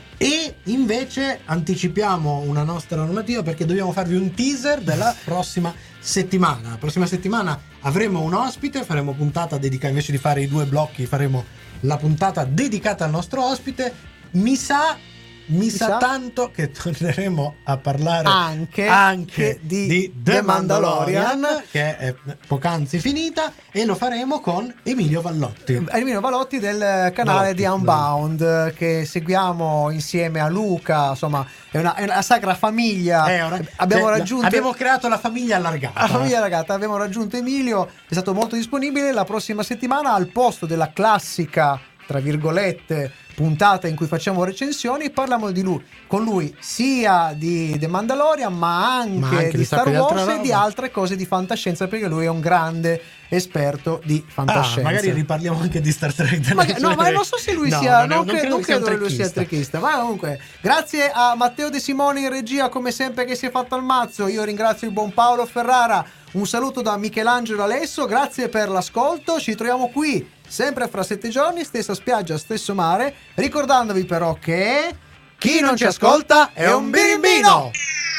E invece anticipiamo una nostra normativa, perché dobbiamo farvi un teaser della prossima settimana. La prossima settimana avremo un ospite, faremo puntata dedicata, invece di fare i due blocchi faremo la puntata dedicata al nostro ospite. Mi sa Mi, Mi sa, sa tanto che torneremo a parlare anche, anche di, di The, The Mandalorian, Mandalorian, che è poc'anzi finita, e lo faremo con Emilio Vallotti. Emilio Vallotti del canale Vallotti, di Unbound, no. che seguiamo insieme a Luca, insomma è una, è una sacra famiglia. È una, abbiamo cioè, raggiunto abbiamo creato la famiglia allargata. La famiglia allargata, abbiamo raggiunto Emilio, è stato molto disponibile. La prossima settimana, al posto della classica, tra virgolette, puntata in cui facciamo recensioni, parliamo di lui, con lui sia di The Mandalorian ma anche, ma anche di Star Wars e di altre cose di fantascienza, perché lui è un grande esperto di fantascienza. Ah, magari riparliamo anche di Star Trek. Ma, no, ma non so se lui no, sia, non, non, non credo, non credo che lui sia trekista. Ma comunque, grazie a Matteo De Simoni in regia, come sempre, che si è fatto al mazzo. Io ringrazio il buon Paolo Ferrara. Un saluto da Michelangelo Alesso, grazie per l'ascolto. Ci troviamo qui sempre fra sette giorni, stessa spiaggia, stesso mare, ricordandovi però che chi non ci ascolta è un birimbino!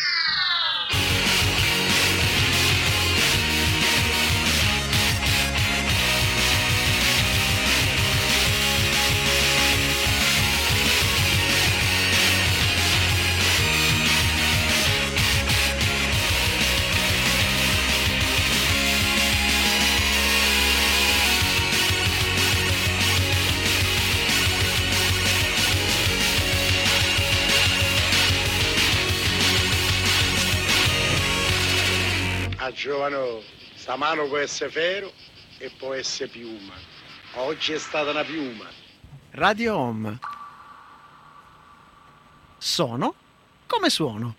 Giovano, sta mano può essere ferro e può essere piuma. Oggi è stata una piuma. Radio Home. Sono come suono.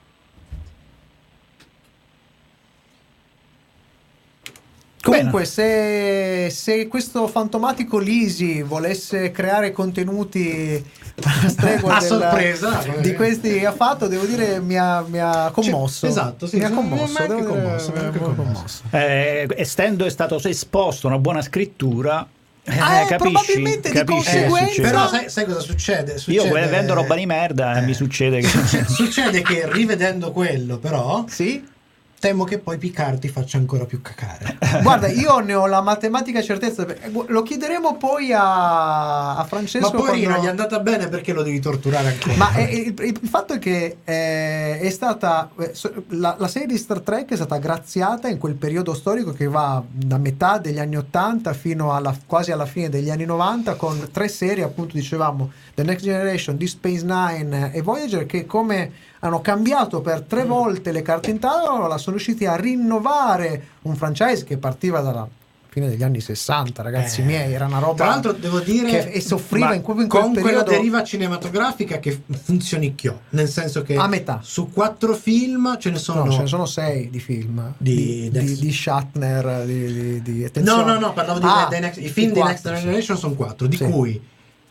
Comunque, se, se questo fantomatico Lisi volesse creare contenuti a stregua a del, sorpresa di questi che ha fatto, devo dire mi ha, mi ha commosso. Cioè, esatto, sì, mi ha sì, commosso, anche devo commosso, dire, anche commosso. commosso. Eh, essendo è stato esposto una buona scrittura, eh, ah, capisci, probabilmente capisci di conseguenza. Eh, però sai, sai cosa succede? succede? Io vendo roba di merda e eh, mi succede che succede che rivedendo quello, però sì, temo che poi Picard ti faccia ancora più cacare. Guarda, io ne ho la matematica certezza. Lo chiederemo poi a, a Francesco. Ma poverino, quando... gli è andata bene, perché lo devi torturare ancora? Ma è, il, il fatto è che è, è stata la, la serie di Star Trek è stata graziata in quel periodo storico che va da metà degli anni ottanta fino alla, quasi alla fine degli anni novanta, con tre serie, appunto dicevamo, The Next Generation, Deep Space Nine e Voyager, che come hanno cambiato per tre volte le carte in tavola, sono riusciti a rinnovare un franchise che partiva dalla fine degli anni sessanta, ragazzi eh, miei, era una roba, tra l'altro devo dire, che e soffriva in, in quel con periodo, quella deriva cinematografica che funzionicchiò, nel senso che a metà su quattro film ce ne sono no, ce ne sono sei di film di, di, di, di Shatner di, di, di no no no parlavo di ah, The Next, i film di Next Generation sono quattro, di sì. cui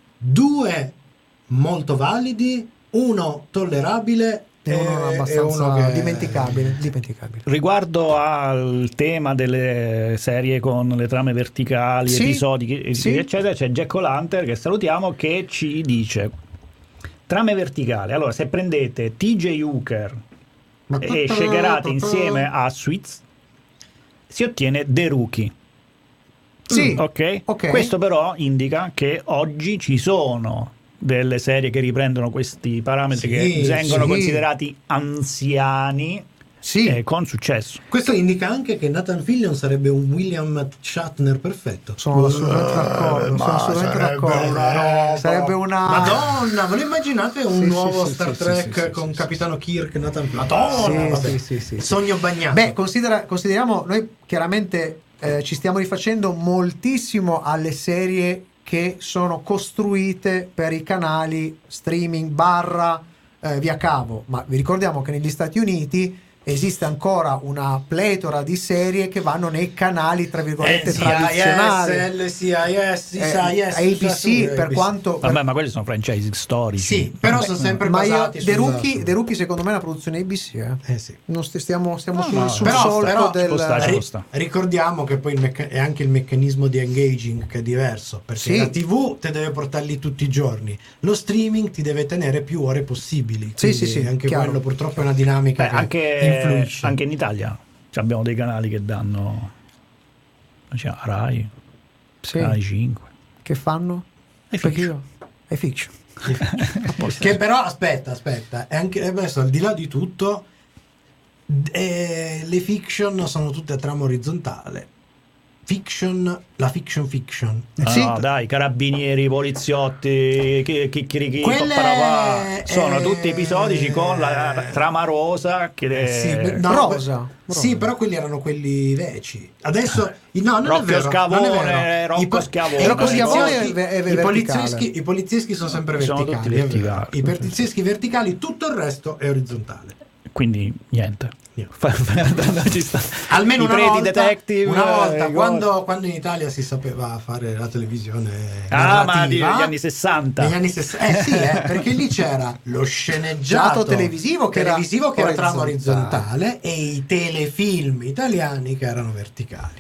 due molto validi, uno tollerabile e uno abbastanza uno che... dimenticabile, dimenticabile. Riguardo al tema delle serie con le trame verticali, sì, episodi sì. eccetera, c'è Jack O'Lantern, che salutiamo, che ci dice: trame verticali. Allora, se prendete T J Hooker e shakerate insieme a Suits, si ottiene The Rookie. Sì, mm, okay? ok. Questo però indica che oggi ci sono delle serie che riprendono questi parametri, sì, che vengono sì. considerati anziani, Sì. eh, con successo. Questo indica anche che Nathan Fillion sarebbe un William Shatner perfetto. Sono assolutamente d'accordo. Sono assolutamente sarebbe d'accordo. una roba. Sarebbe una. Madonna, ve lo immaginate un Sì, nuovo sì, sì, Star sì, Trek sì, sì, con sì, Capitano Kirk, Nathan Fillion? Sì, Madonna, vabbè. sì, sì, sì, sì. Sogno bagnato. Beh, considera, consideriamo, noi chiaramente eh, ci stiamo rifacendo moltissimo alle serie che sono costruite per i canali streaming barra eh, via cavo, ma vi ricordiamo che negli Stati Uniti esiste ancora una pletora di serie che vanno nei canali tra virgolette Eh, tradizionali, L C I S, eh, C I S, A B C, per quanto Vabbè, ma quelli sono franchise storici. Sì, però Vabbè. sono sempre ma io basati The sulla- Rookie, su- The Rookie secondo me è una produzione A B C, eh. Eh sì. Non st- stiamo stiamo No, sul, no, sul però- solco però del ci può stare, ci può Ri- stare. ricordiamo che poi il mecca- è anche il meccanismo di engaging che è diverso, perché Sì. la tivù te deve portare lì tutti i giorni, lo streaming ti deve tenere più ore possibili. Sì, Quindi sì, sì, anche chiaro. quello purtroppo è una dinamica Beh, che anche, influisce. anche in Italia abbiamo dei canali che danno, cioè, Rai, Sì. Rai cinque. Che fanno? È Perché fiction. io è fiction. Che però aspetta, aspetta, è anche adesso al di là di tutto eh, le fiction sono tutte a trama orizzontale. Fiction, la fiction fiction. Ah, Sì. no, dai, carabinieri, poliziotti, chi- chi- chi- chi- Quelle- papparapà, sono eh, tutti episodici con la trama rosa che Sì, è- beh, no, Rosa, beh, rosa. sì, però quelli erano quelli veci. Adesso no, non Rocco è vero, Scavone, non è vero. Rocco I po- Schiavone. i Rocco Schiavone polizieschi- è ve- è i verticale. polizieschi, i polizieschi sono sempre Sono verticali, tutti è vero. verticali. I polizieschi verticali, tutto il resto è orizzontale. quindi niente. Niente. Fa- fa- ci sta. Almeno I una Preti volta, Detective, una volta eh, quando, quando in Italia si sapeva fare la televisione Ah, ma di- narrativa, negli anni sessanta. negli anni sessanta, eh sì, eh, perché lì c'era lo sceneggiato Lato televisivo che era televisivo che era trama orizzontale. orizzontale e i telefilm italiani che erano verticali.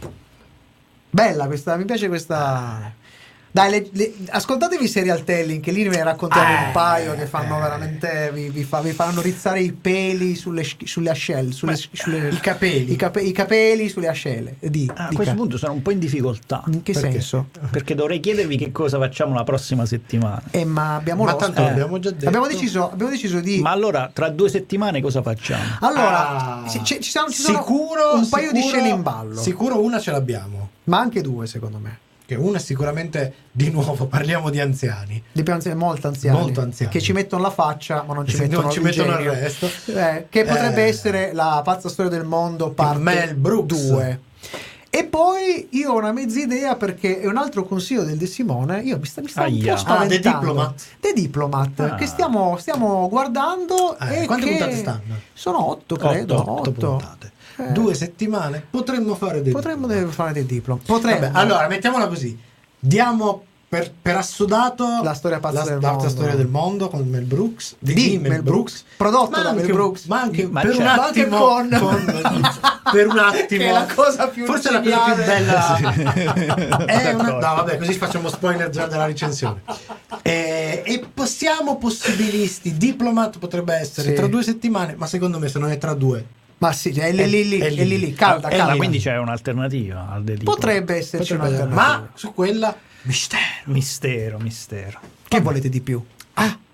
Bella questa, mi piace questa. Dai, le- le- ascoltatevi Serial Telling, che lì ne raccontiamo Eh, un paio che fanno eh. veramente. Vi, vi, fa- vi fanno rizzare i peli sulle, sci- sulle ascelle. Sulle, sulle- I capelli. I, cape- i capelli sulle ascelle. Di, Ah, a dica. questo punto sono un po' in difficoltà. In che Perché? senso? Perché dovrei chiedervi che cosa facciamo la prossima settimana. Eh, ma abbiamo Ma l'ospite. tanto l'abbiamo già detto. Abbiamo deciso, abbiamo deciso di. Ma allora, tra due settimane cosa facciamo? Allora, Ah, ci, ci- ci sono, ci sono sicuro un paio di sicuro- scene in ballo, Sicuro una ce l'abbiamo. ma anche due secondo me. Che una sicuramente, di nuovo, parliamo di anziani. Di anziani, molto anziani, Molto anziani. che ci mettono la faccia ma non ci Sì, mettono, non ci il mettono il genio. resto. Eh, che potrebbe Eh. essere la pazza storia del mondo parte Mel Brooks. due. E poi io ho una mezza idea, perché è un altro consiglio del De Simone. Io mi sta, mi sta un Aia. po' spaventando. Ah, The Diplomat. The Diplomat, Ah. che stiamo, stiamo guardando. Eh, e quante che puntate stanno? Sono otto, credo. Otto, otto otto. puntate. Eh. Due settimane potremmo fare dei Potremmo Diplomat. fare dei Diplomat. Potremmo. Vabbè, allora mettiamola così. Diamo per, per assodato La storia pazza la, del la mondo. storia del mondo con Mel Brooks Di di Mel Brooks, prodotto ma da anche Mel un- Brooks. ma anche Ma per un certo. Ma anche attimo con- per un attimo Che è la cosa più forse la cosa più geniale. bella è una, no vabbè, così facciamo spoiler già della recensione. e, e possiamo possibilisti. Diplomat potrebbe essere Sì. tra due settimane, ma secondo me se non è tra due Ma sì, è lì lì, lì, È è lì. lì, lì, calda, È calda. Ma quindi c'è un'alternativa al The Diplomat. Potrebbe esserci potrebbe- un'alternativa. ma su quella mistero. Mistero, mistero. Che volete di più? Ah,